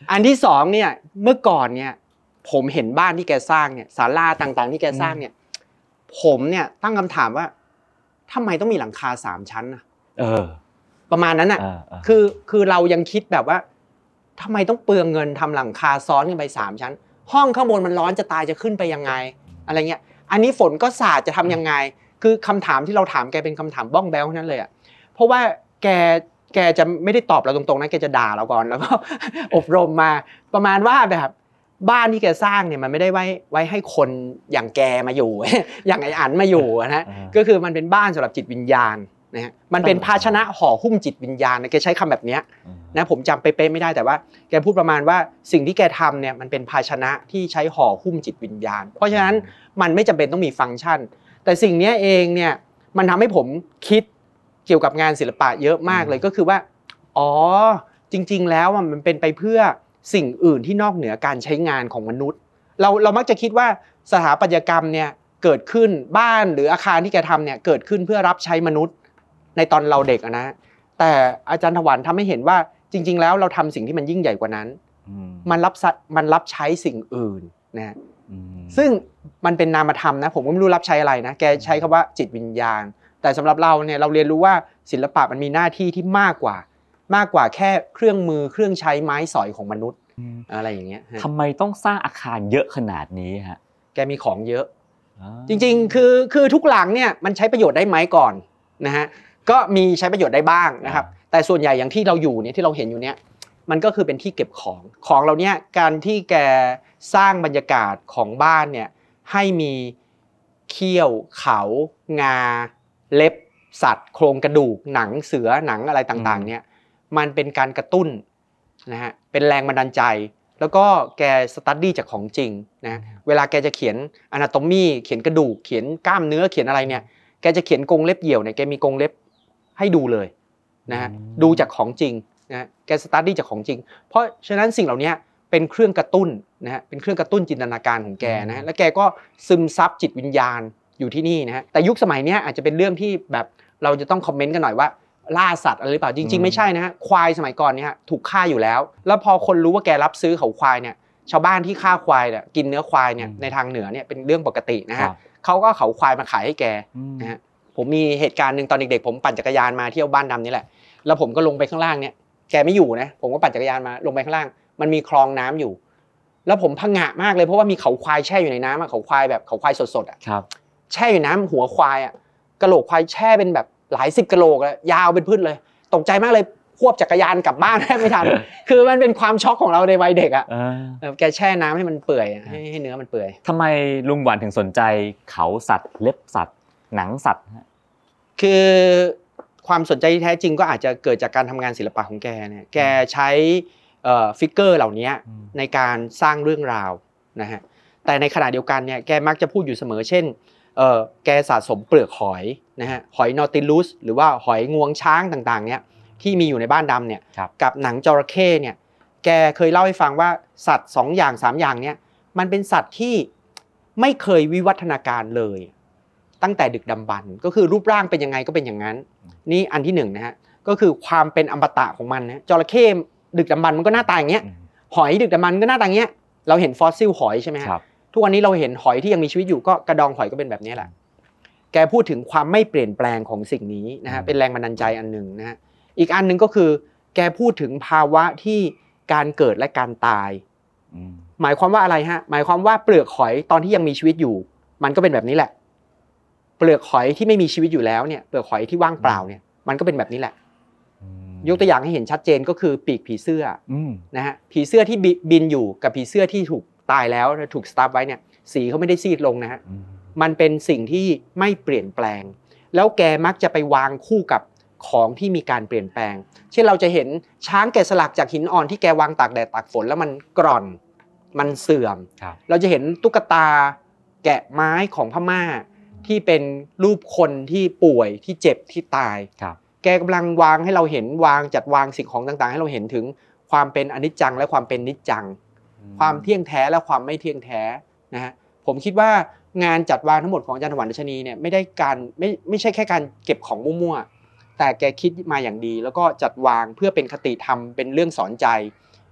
S2: อันที่สองเนี่ยเมื่อก่อนเนี่ยผมเห็นบ้านที่แกสร้างเนี่ยศาลาต่างๆที่แกสร้างเนี่ยผมเนี่ยตั้งคำถามว่าทำไมต้องมีหลังคาสามชั้นนะ
S1: เออ
S2: ประมาณนั้นอ่ะคือคือเรายังคิดแบบว่าทำไมต้องเปลืองเงินทำหลังคาซ้อนกันไปสามชั้นห้องข้างบนมันร้อนจะตายจะขึ้นไปยังไงอะไรเงี้ยอันนี้ฝนก็สาดจะทำยังไงคือคำถามที่เราถามแกเป็นคำถามบ้องแบ้วนั้นเลยอ่ะเพราะว่าแกแกจะไม่ได้ตอบเราตรงๆนะแกจะด่าเราก่อนแล้วก็อบรมมาประมาณว่าแบบบ้านที่แกสร้างเนี่ยมันไม่ได้ไว้ไว้ให้คนอย่างแกมาอยู่ อย่างไอ้อั๋นมาอยู่นะก็คือมันเป็นบ้านสำหรับจิตวิญญาณนะฮะมันเป็นภาชนะห่อหุ้มจิตวิญญาณแกใช้คำแบบนี้นะผมจำเป๊ะๆไม่ได้แต่ว่าแกพูดประมาณว่าสิ่งที่แกทำเนี่ยมันเป็นภาชนะที่ใช้ห่อหุ้มจิตวิญญาณเพราะฉะนั้นมันไม่จำเป็นต้องมีฟังก์ชันแต่สิ่งนี้เองเนี่ยมันทำให้ผมคิดเกี่ยวกับงานศิลปะเยอะมากเลยก็คือว่าอ๋อจริงๆแล้วมันเป็นไปเพื่อสิ่งอื่นที่นอกเหนือการใช้งานของมนุษย์เราเรามักจะคิดว่าสถาปัตยกรรมเนี่ยเกิดขึ้นบ้านหรืออาคารที่แกทำเนี่ยเกิดขึ้นเพื่อรับใช้มนุษย์ในตอนเราเด็กนะแต่อาจารย์ถวันทำให้เห็นว่าจริงๆแล้วเราทำสิ่งที่มันยิ่งใหญ่กว่านั้นมันรับมันรับใช้สิ่งอื่นนะซึ่งมันเป็นนามธรรมนะผมก็ไม่รู้รับใช้อะไรนะแกใช้คำว่าจิตวิญญาณแต่สำหรับเราเนี่ยเราเรียนรู้ว่าศิลปะมันมีหน้าที่ที่มากกว่ามากกว่าแค่เครื่องมือเครื่องใช้ไม้สอยของมนุษย์อะไรอย่างเงี้ย
S1: ทำไมต้องสร้างอาคารเยอะขนาดนี้ฮะ
S2: แกมีของเยอะจริงๆคือคือทุกหลังเนี่ยมันใช้ประโยชน์ได้ไหมก่อนนะฮะก็มีใช้ประโยชน์ได้บ้างนะครับแต่ส่วนใหญ่อย่างที่เราอยู่เนี่ยที่เราเห็นอยู่เนี่ยมันก็คือเป็นที่เก็บของของเราเนี่ยการที่แกสร้างบรรยากาศของบ้านเนี่ยให้มีเขี้ยวเขางาเล็บสัตว์โครงกระดูกหนังเสือหนังอะไรต่างๆเนี่ยมันเป็นการกระตุ้นนะฮะเป็นแรงบันดาลใจแล้วก็แกสตั๊ดดี้จากของจริงนะเวลาแกจะเขียนอนาโตมีเขียนกระดูกเขียนกล้ามเนื้อเขียนอะไรเนี่ยแกจะเขียนกรงเล็บเหี่ยวเนี่ยแกมีกรงเล็บให้ดูเลยนะฮะดูจากของจริงนะแกสตั๊ดดี้จากของจริงเพราะฉะนั้นสิ่งเหล่านี้เป็นเครื่องกระตุ้นนะฮะเป็นเครื่องกระตุ้นจินตนาการของแกนะแล้วแกก็ซึมซับจิตวิญญาณอยู่ที่นี่นะฮะแต่ยุคสมัยนี้อาจจะเป็นเรื่องที่แบบเราจะต้องคอมเมนต์กันหน่อยว่าล่าสัตว์อะไรหรือเปล่าจริงๆไม่ใช่นะฮะควายสมัยก่อนเนี่ยถูกฆ่าอยู่แล้วแล้วพอคนรู้ว่าแกรับซื้อเขาควายเนี่ยชาวบ้านที่ฆ่าควายเนี่ยกินเนื้อควายเนี่ยในทางเหนือเนี่ยเป็นเรื่องปกตินะฮะเขาก็เขาควายมาขายให้แกนะฮะผมมีเหตุการณ์นึงตอนเด็กๆผมปั่นจักรยานมาเที่ยวบ้านดำนี่แหละแล้วผมก็ลงไปข้างล่างเนี่ยแกไม่อยู่นะผมก็ปั่นจักรยานมาลงไปข้างล่างมันมีคลองน้ำอยู่แล้วผมผงะมากเลยเพราะว่ามีเขาควายแช่อยู่ในน้ำอ่ะเขาควายแบบเขาควายสดๆอ่ะแช่อยู่น้ำหัวควายอ่ะกะโหลกควายแช่เป็นแบบหลายสิบกะโหลกเลยยาวเป็นพืชเลยตกใจมากเลยควบจักรยานกลับบ้านแทบไม่ทันคือมันเป็นความช็อกของเราในวัยเด็กอ่ะแกแช่น้ำให้มันเปื่อยให้ให้เนื้อมันเปื่อย
S1: ทำไมลุงหวานถึงสนใจเขาสัตว์เล็บสัตว์หนังสัตว์
S2: คือความสนใจที่แท้จริงก็อาจจะเกิดจากการทำงานศิลปะของแกเนี่ยแกใช้ฟิกเกอร์เหล่านี้ในการสร้างเรื่องราวนะฮะแต่ในขณะเดียวกันเนี่ยแกมักจะพูดอยู่เสมอเช่นเออแกสะสมเปลือกหอยนะฮะหอยนอติลูสหรือว่าหอยงวงช้างต่างๆเนี่ยที่มีอยู่ในบ้านดำเนี่ยกับหนังจระเข้เนี่ยแกเคยเล่าให้ฟังว่าสัตว์สองอย่างสามอย่างเนี่ยมันเป็นสัตว์ที่ไม่เคยวิวัฒนาการเลยตั้งแต่ดึกดำบรรพ์ก็คือรูปร่างเป็นยังไงก็เป็นอย่างนั้นนี่อันที่หนึ่งนะฮะก็คือความเป็นอมตะของมันนะจระเข้ดึกดำบรรพ์มันก็หน้าตาอย่างเงี้ยหอยดึกดำบรรพ์ก็หน้าตาอย่างเงี้ยเราเห็นฟอสซิลหอยใช่ไหมครับทุกวันนี้เราเห็นหอยที่ยังมีชีวิตอยู่ก็กระดองหอยก็เป็นแบบนี้แหละแกพูดถึงความไม่เปลี่ยนแปลงของสิ่งนี้นะฮะเป็นแรงบันดาลใจอันหนึ่งนะฮะอีกอันหนึ่งก็คือแกพูดถึงภาวะที่การเกิดและการตายหมายความว่าอะไรฮะหมายความว่าเปลือกหอยตอนที่ยังมีชีวิตอยู่มันก็เป็นแบบนี้แหละเปลือกหอยที่ไม่มีชีวิตอยู่แล้วเนี่ยเปลือกหอยที่ว่างเปล่าเนี่ยมันก็เป็นแบบนี้แหละยกตัวอย่างให้เห็นชัดเจนก็คือปีกผีเสื้อนะฮะผีเสื้อที่บินอยู่กับผีเสื้อที่ถูกตายแล้วถูกสตาร์ฟไว้เนี่ยสีเขาไม่ได้ซีดลงนะฮะมันเป็นสิ่งที่ไม่เปลี่ยนแปลงแล้วแกมักจะไปวางคู่กับของที่มีการเปลี่ยนแปลงเช่นเราจะเห็นช้างแกะสลักจากหินอ่อนที่แกวางตากแดดตากฝนแล้วมันกร่อนมันเสื่อมเราจะเห็นตุ๊กตาแกะไม้ของพม่าที่เป็นรูปคนที่ป่วยที่เจ็บที่ตายแกกำลังวางให้เราเห็นวางจัดวางสิ่งของต่างๆให้เราเห็นถึงความเป็นอนิจจังและความเป็นนิจจังความเที่ยงแท้และความไม่เที่ยงแท้นะฮะผมคิดว่างานจัดวางทั้งหมดของอาจารย์ถวันดัชนีเนี่ยไม่ได้การไม่ไม่ใช่แค่การเก็บของมั่วๆแต่แกคิดมาอย่างดีแล้วก็จัดวางเพื่อเป็นคติธรรมเป็นเรื่องสอนใจ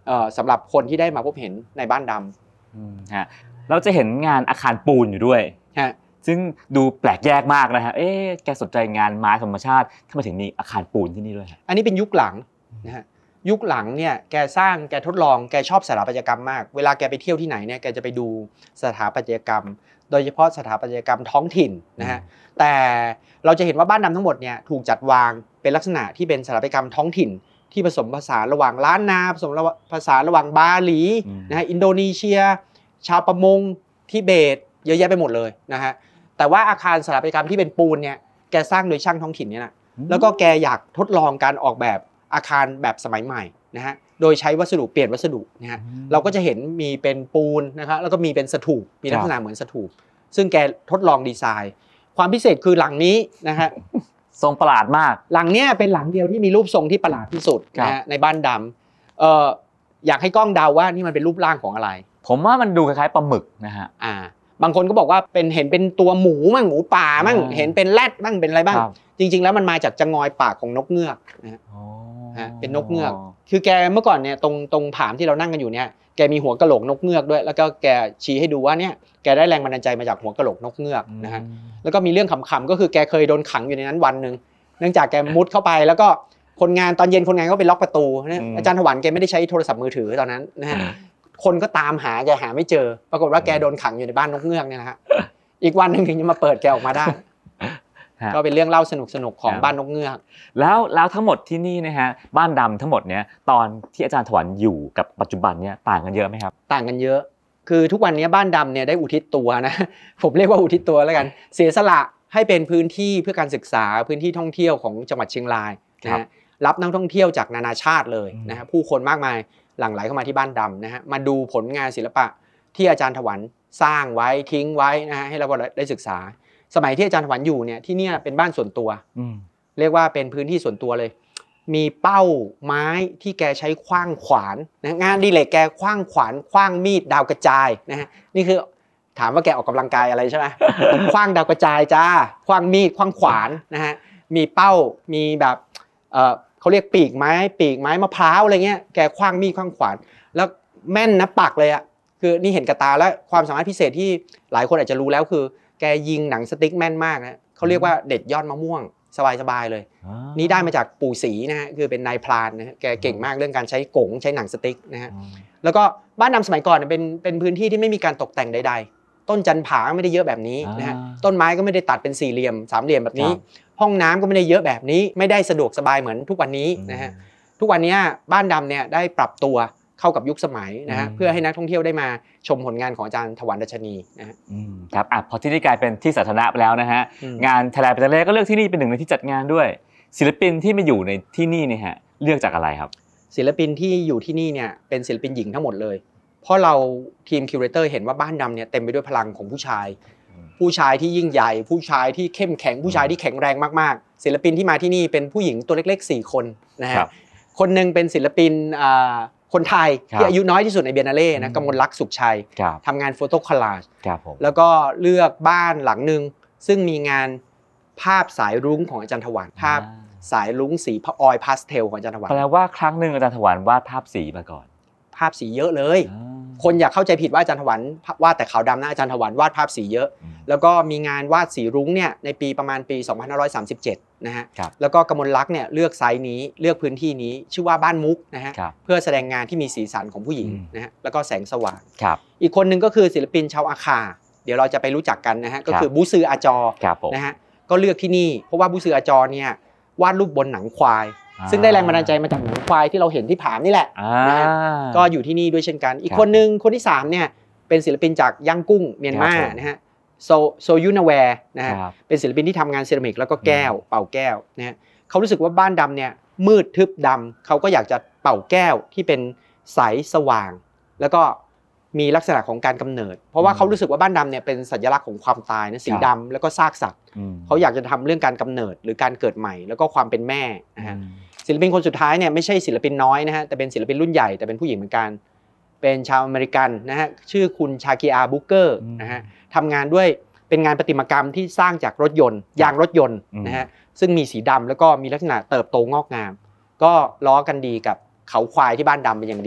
S2: เอ่อสำหรับคนที่ได้มาพบเห็นในบ้านดำ
S1: อืมฮะเราจะเห็นงานอาคารปูนอยู่ด้วย
S2: ฮะ
S1: ซึ่งดูแปลกแยกมากนะฮะเอ๊ะแกสนใจงานไม้ธรรมชาติทำไมถึงมีอาคารปูนที่นี่ด้วยฮะ
S2: อันนี้เป็นยุคหลังนะฮะยุคหลังเนี่ยแกสร้างแกทดลองแกชอบสถาปัตยกรรมมากเวลาแกไปเที่ยวที่ไหนเนี่ยแกจะไปดูสถาปัตยกรรมโดยเฉพาะสถาปัตยกรรมท้องถิ่นนะฮะแต่เราจะเห็นว่าบ้านดำทั้งหมดเนี่ยถูกจัดวางเป็นลักษณะที่เป็นสถาปัตยกรรมท้องถิ่นที่ผสมผสานระหว่างล้านนาผสมผสานระหว่างบาหลีนะฮะอินโดนีเซียชาวประมงทิเบตเยอะแยะไปหมดเลยนะฮะแต่ว่าอาคารสถาปัตยกรรมที่เป็นปูนเนี่ยแกสร้างโดยช่างท้องถิ่นเนี่ยนะแล้วก็แกอยากทดลองการออกแบบอาคารแบบสมัยใหม่นะฮะโดยใช้วัสดุเปลี่ยนวัสดุนะฮะเราก็จะเห็นมีเป็นปูนนะครับแล้วก็มีเป็นสถูปมีลักษณะเหมือนสถูปซึ่งแกทดลองดีไซน์ความพิเศษคือหลังนี้นะฮะ
S1: ทรงประหลาดมาก
S2: หลังเนี้ยเป็นหลังเดียวที่มีรูปทรงที่ประหลาดที่สุดนะฮะในบ้านดำเอ่ออยากให้กล้องเดาว่านี่มันเป็นรูปร่างของอะไร
S1: ผมว่ามันดูคล้ายๆปลาหมึกนะฮะ
S2: อ่าบางคนก็บอกว่าเป็นเห็นเป็นตัวหมูมั่งหมูป่ามั่งเห็นเป็นแรดมั่งเป็นอะไรบ้างจริงๆแล้วมันมาจากจะงอยปากของนกเงือกนะฮะเป็นนกเงือกคือแกเมื่อก่อนเนี่ยตรงตรงผามที่เรานั่งกันอยู่เนี่ยแกมีหัวกะโหลกนกเงือกด้วยแล้วก็แกชี้ให้ดูว่าเนี่ยแกได้แรงบันดาลใจมาจากหัวกะโหลกนกเงือกนะฮะแล้วก็มีเรื่องขำๆก็คือแกเคยโดนขังอยู่ในนั้นวันนึงเนื่องจากแกมุดเข้าไปแล้วก็คนงานตอนเย็นคนงานก็ไปล็อกประตูนะอาจารย์ถวันแกไม่ได้ใช้โทรศัพท์มือถือตอนนั้นนะฮะคนก็ตามหาแกหาไม่เจอปรากฏว่าแกโดนขังอยู่ในบ้านนกเงือกเนี่ยนะฮะอีกวันนึงถึงจะมาเปิดแกออกมาได้ก็เป็นเรื่องเล่าสนุกๆของบ้านนกเงือก
S1: แล้วแล้วทั้งหมดที่นี่นะฮะบ้านดำทั้งหมดเนี้ยตอนที่อาจารย์ถวันอยู่กับปัจจุบันเนี้ยต่างกันเยอะไหมครับ
S2: ต่างกันเยอะคือทุกวันนี้บ้านดำเนี่ยได้อุทิศตัวนะผมเรียกว่าอุทิศตัวแล้วกันเสียสละให้เป็นพื้นที่เพื่อการศึกษาพื้นที่ท่องเที่ยวของจังหวัดเชียงรายนะฮะรับนักท่องเที่ยวจากนานาชาติเลยนะฮะผู้คนมากมายหลั่งไหลเข้ามาที่บ้านดำนะฮะมาดูผลงานศิลปะที่อาจารย์ถวันสร้างไว้ทิ้งไว้นะฮะให้เราได้ศึกษาสมัยที่อาจารย์ถวันอยู่เนี่ยที่เนี่ยเป็นบ้านส่วนตัวเรียกว่าเป็นพื้นที่ส่วนตัวเลยมีเป้าไม้ที่แกใช้ขว้างขวานนะงานดีเลยแกขว้างขวานขว้างมีดดาวกระจายนะฮะนี่คือถามว่าแกออกกำลังกายอะไรใช่ไหมขว้างดาวกระจายจ้าขว้างมีดขว้างขวานนะฮะมีเป้ามีแบบเออเขาเรียกปีกไม้ปีกไม้มะพร้าวอะไรเงี้ยแกขว้างมีดขว้างขวานแล้วแม่นนะปักเลยอะคือนี่เห็นกับตาแล้วความสามารถพิเศษที่หลายคนอาจจะรู้แล้วคือแกยิงหนังสติ๊กแม่นมากนะเขาเรียกว่าเด็ดยอดมะม่วงสบายๆเลยนี่ได้มาจากปู่ศรีนะฮะคือเป็นนายพรานนะฮะแกเก่งมากเรื่องการใช้กงใช้หนังสติ๊กนะฮะแล้วก็บ้านดำสมัยก่อนเป็นเป็นพื้นที่ที่ไม่มีการตกแต่งใดๆต้นจันผาไม่ได้เยอะแบบนี้นะฮะต้นไม้ก็ไม่ได้ตัดเป็นสี่เหลี่ยมสามเหลี่ยมแบบนี้ห้องน้ำก็ไม่ได้เยอะแบบนี้ไม่ได้สะดวกสบายเหมือนทุกวันนี้นะฮะทุกวันนี้บ้านดำเนี่ยได้ปรับตัวเข้ากับยุคสมัยนะฮะเพื่อให้นักท่องเที่ยวได้มาชมผลงานของอาจารย์ถวันดัชนีนะฮะ
S1: ครับอ่ะพอที่นี่กลายเป็นที่สาธารณะไปแล้วนะฮะงานไทยแลนด์เป็นเล่ก็เลือกที่นี่เป็นหนึ่งในที่จัดงานด้วยศิลปินที่มาอยู่ในที่นี่เนี่ยฮะเลือกจากอะไรครับ
S2: ศิลปินที่อยู่ที่นี่เนี่ยเป็นศิลปินหญิงทั้งหมดเลยเพราะเราทีมคิวเรเตอร์เห็นว่าบ้านดำเนี่ยเต็มไปด้วยพลังของผู้ชายผู้ชายที่ยิ่งใหญ่ผู้ชายที่เข้มแข็งผู้ชายที่แข็งแรงมากๆศิลปินที่มาที่นี่เป็นผู้หญิงตัวเล็กๆสี่คนนะฮะคนนึงเป็นศิลปินคนไทยที่อายุน้อยที่สุดในเบียนนาเล่นะกมลลักษณ์สุขชัยทำงานโฟโต้คอลลาจแล้วก็เลือกบ้านหลังนึงซึ่งมีงานภาพสายรุ้งของอาจารย์ถวันภาพสายรุ้งสีออยล์พาสเทลของอาจารย์ถวัน
S1: แปลว่าครั้งหนึ่งอาจารย์ถวันวาดภาพสีมาก่อน
S2: ภาพสีเยอะเลยคนอยากเข้าใจผิดว่าอาจารย์ถวันวาดแต่ขาวดำนะอาจารย์ถวันวาดภาพสีเยอะแล้วก็มีงานวาดสีรุ้งเนี่ยในปีประมาณปีสองพันห้าร้อยสามสิบเจ็ดนะฮะแล้วก็กมลลักษณ์เนี่ยเลือกไซส์นี้เลือกพื้นที่นี้ชื่อว่าบ้านมุกนะฮะเพื่อแสดงงานที่มีสีสันของผู้หญิงนะฮะแล้วก็แสงสว่างอีกคนนึงก็คือศิลปินชาวอาคาเดี๋ยวเราจะไปรู้จักกันนะฮะก็คือบูซืออาจอนะฮะก็เลือกที่นี่เพราะว่าบูซืออาจอเนี่ยวาดรูปบนหนังควายซึ่งได้แรงบันดาลใจมาจากหนังควายที่เราเห็นที่ผานี่แหละนะฮะก็อยู่ที่นี่ด้วยเช่นกันอีกคนนึงคนที่สามเนี่ยเป็นศิลปินจากย่างกุ้งเมียนมานะฮะโซโซยุนาแวร์นะฮะเป็นศิลปินที่ทำงานเซรามิกแล้วก็แก้วเป่าแก้วนะฮะเขารู้สึกว่าบ้านดำเนี่ยมืดทึบดำเขาก็อยากจะเป่าแก้วที่เป็นใสสว่างแล้วก็มีลักษณะของการกำเนิดเพราะว่าเขารู้สึกว่าบ้านดำเนี่ยเป็นสัญลักษณ์ของความตายนะสีดำแล้วก็ซากสัตว์เขาอยากจะทำเรื่องการกำเนิดหรือการเกิดใหม่แล้วก็ความเป็นแม่นะฮะศิลปินคนสุดท้ายเนี่ยไม่ใช่ศิลปินน้อยนะฮะแต่เป็นศิลปินรุ่นใหญ่แต่เป็นผู้หญิงเหมือนกันเป็นชาวอเมริกันนะฮะชื่อคุณชาคิอาบุกเกอร์นะฮะทำงานด้วยเป็นงานประติมากรรมที่สร้างจากรถยนต์ยางรถยนต์นะฮะซึ่งมีสีดำแล้วก็มีลักษณะเติบโตงอกงามก็ล้อกันดีกับเขาควายที่บ้านดำเป็นอย่างดี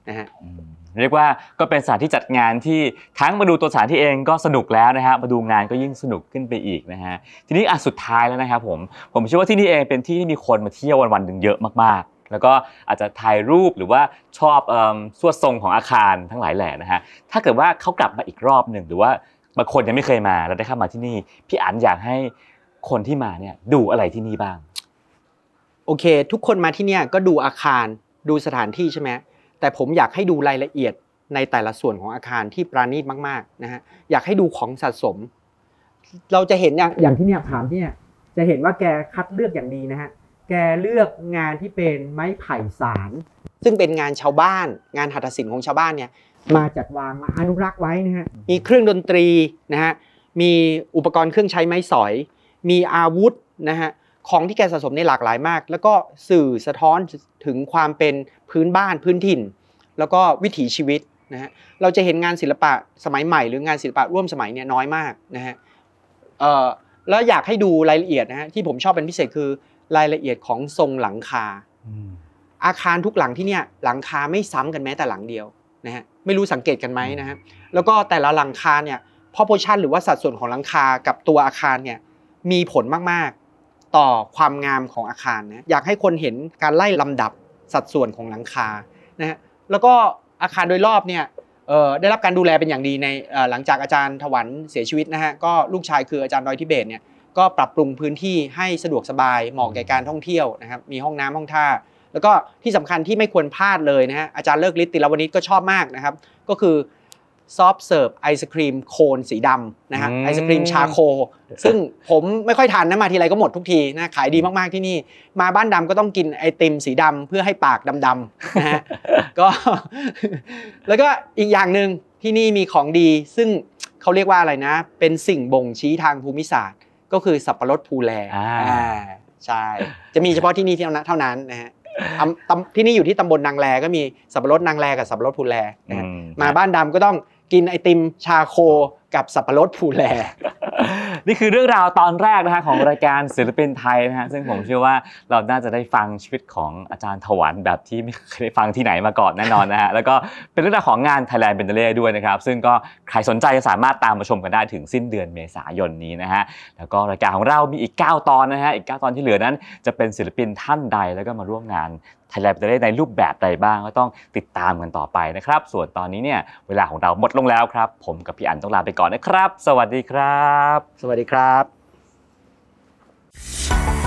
S2: นะฮะ
S1: เรียกว่าก็เป็นสถานที่จัดงานที่ทั้งมาดูตัวสถานที่เองก็สนุกแล้วนะฮะมาดูงานก็ยิ่งสนุกขึ้นไปอีกนะฮะทีนี้อ่ะสุดท้ายแล้วนะครับผมผมเชื่อว่าที่นี่เองเป็นที่ที่มีคนมาเที่ยววันๆนึงเยอะมากๆแล้วก็อาจจะถ่ายรูปหรือว่าชอบเอ่อสวดทรงของอาคารทั้งหลายแหล่นะฮะถ้าเกิดว่าเขากลับมาอีกรอบนึงหรือว่าบางคนยังไม่เคยมาแล้วได้เข้ามาที่นี่พี่อั๋นอยากให้คนที่มาเนี่ยดูอะไรที่นี่บ้าง
S2: โอเคทุกคนมาที่เนี่ยก็ดูอาคารดูสถานที่ใช่ไหมแต่ผมอยากให้ดูรายละเอียดในแต่ละส่วนของอาคารที่ปราณีตมากๆนะฮะอยากให้ดูของสะสมเราจะเห็นอย่างอย่างที่เนี่ยถามที่เนี่ยจะเห็นว่าแกคัดเลือกอย่างดีนะฮะแกเลือกงานที่เป็นไม้ไผ่สารซึ่งเป็นงานชาวบ้านงานหัตถศิลป์ของชาวบ้านเนี่ยมาจัดวางมาอนุรักษ์ไว้นะฮะมีเครื่องดนตรีนะฮะมีอุปกรณ์เครื่องใช้ไม้สอยมีอาวุธนะฮะของที่แกสะสมในหลากหลายมากแล้วก็สื่อสะท้อนถึงความเป็นพื้นบ้านพื้นถิ่นแล้วก็วิถีชีวิตนะฮะเราจะเห็นงานศิลปะสมัยใหม่หรืองานศิลปะร่วมสมัยเนี่ยน้อยมากนะฮะเอ่อแล้วอยากให้ดูรายละเอียดนะฮะที่ผมชอบเป็นพิเศษคือรายละเอียดของทรงหลังคาอาคารทุกหลังที่เนี่ยหลังคาไม่ซ้ำกันแม้แต่หลังเดียวนะฮะไม่รู้สังเกตกันไหมนะฮะแล้วก็แต่ละหลังคาเนี่ยproportion หรือว่าสัดส่วนของหลังคากับตัวอาคารเนี่ยมีผลมากๆต่อความงามของอาคารนะอยากให้คนเห็นการไล่ลำดับสัดส่วนของหลังคานะฮะแล้วก็อาคารโดยรอบเนี่ยเอ่อได้รับการดูแลเป็นอย่างดีในเอ่อหลังจากอาจารย์ถวันเสียชีวิตนะฮะก็ลูกชายคืออาจารย์ดอยทิเบตเนี่ยก็ปรับปรุงพื้นที่ให้สะดวกสบายเหมาะแก่การท่องเที่ยวนะครับมีห้องน้ำห้องท่าแล้วก็ที่สำคัญที่ไม่ควรพลาดเลยนะฮะอาจารย์เลิกฤทธิ์ติลวณิชก็ชอบมากนะครับก็คือซอฟต์เสิร์ฟไอศครีมโคนสีดำนะฮะไอศครีมชาโคซึ่งผมไม่ค่อยทานนะมาทีไรก็หมดทุกทีนะขายดีมากๆที่นี่มาบ้านดำก็ต้องกินไอติมสีดำเพื่อให้ปากดำๆนะฮะก็แล้วก็อีกอย่างหนึ่งที่นี่มีของดีซึ่งเขาเรียกว่าอะไรนะเป็นสิ่งบ่งชี้ทางภูมิศาสตร์ก็คือสับปะรดภูแลอ่าใช่จะมีเฉพาะที่นี่เท่านั้นเท่านั้นนะฮะที่นี่อยู่ที่ตำบลนางแลก็มีสับปะรดนางแลกับสับปะรดภูแลนะฮะมาบ้านดำก็ต้องกินไอติมชาโคกับสับปะรดภูแล
S1: นี่คือเรื่องราวตอนแรกนะฮะของรายการศิลปินไทยนะฮะซึ่งผมเชื่อว่าเราน่าจะได้ฟังชีวิตของอาจารย์ถวันแบบที่ไม่เคยฟังที่ไหนมาก่อนแน่นอนนะฮะแล้วก็เป็นเรื่องราวของงาน Thailand Biennale ด้วยนะครับซึ่งก็ใครสนใจสามารถตามมาชมกันได้ถึงสิ้นเดือนเมษายนนี้นะฮะแล้วก็รายการของเรามีอีกเก้าตอนนะฮะอีกเก้าตอนที่เหลือนั้นจะเป็นศิลปินท่านใดแล้วก็มาร่วมงานThailand Biennaleในรูปแบบใดบ้างก็ต้องติดตามกันต่อไปนะครับส่วนตอนนี้เนี่ยเวลาของเราหมดลงแล้วครับผมกับพี่อั๋นต้องลาไปก่อนนะครับสวัสดีครับ
S2: สวัสดีครับ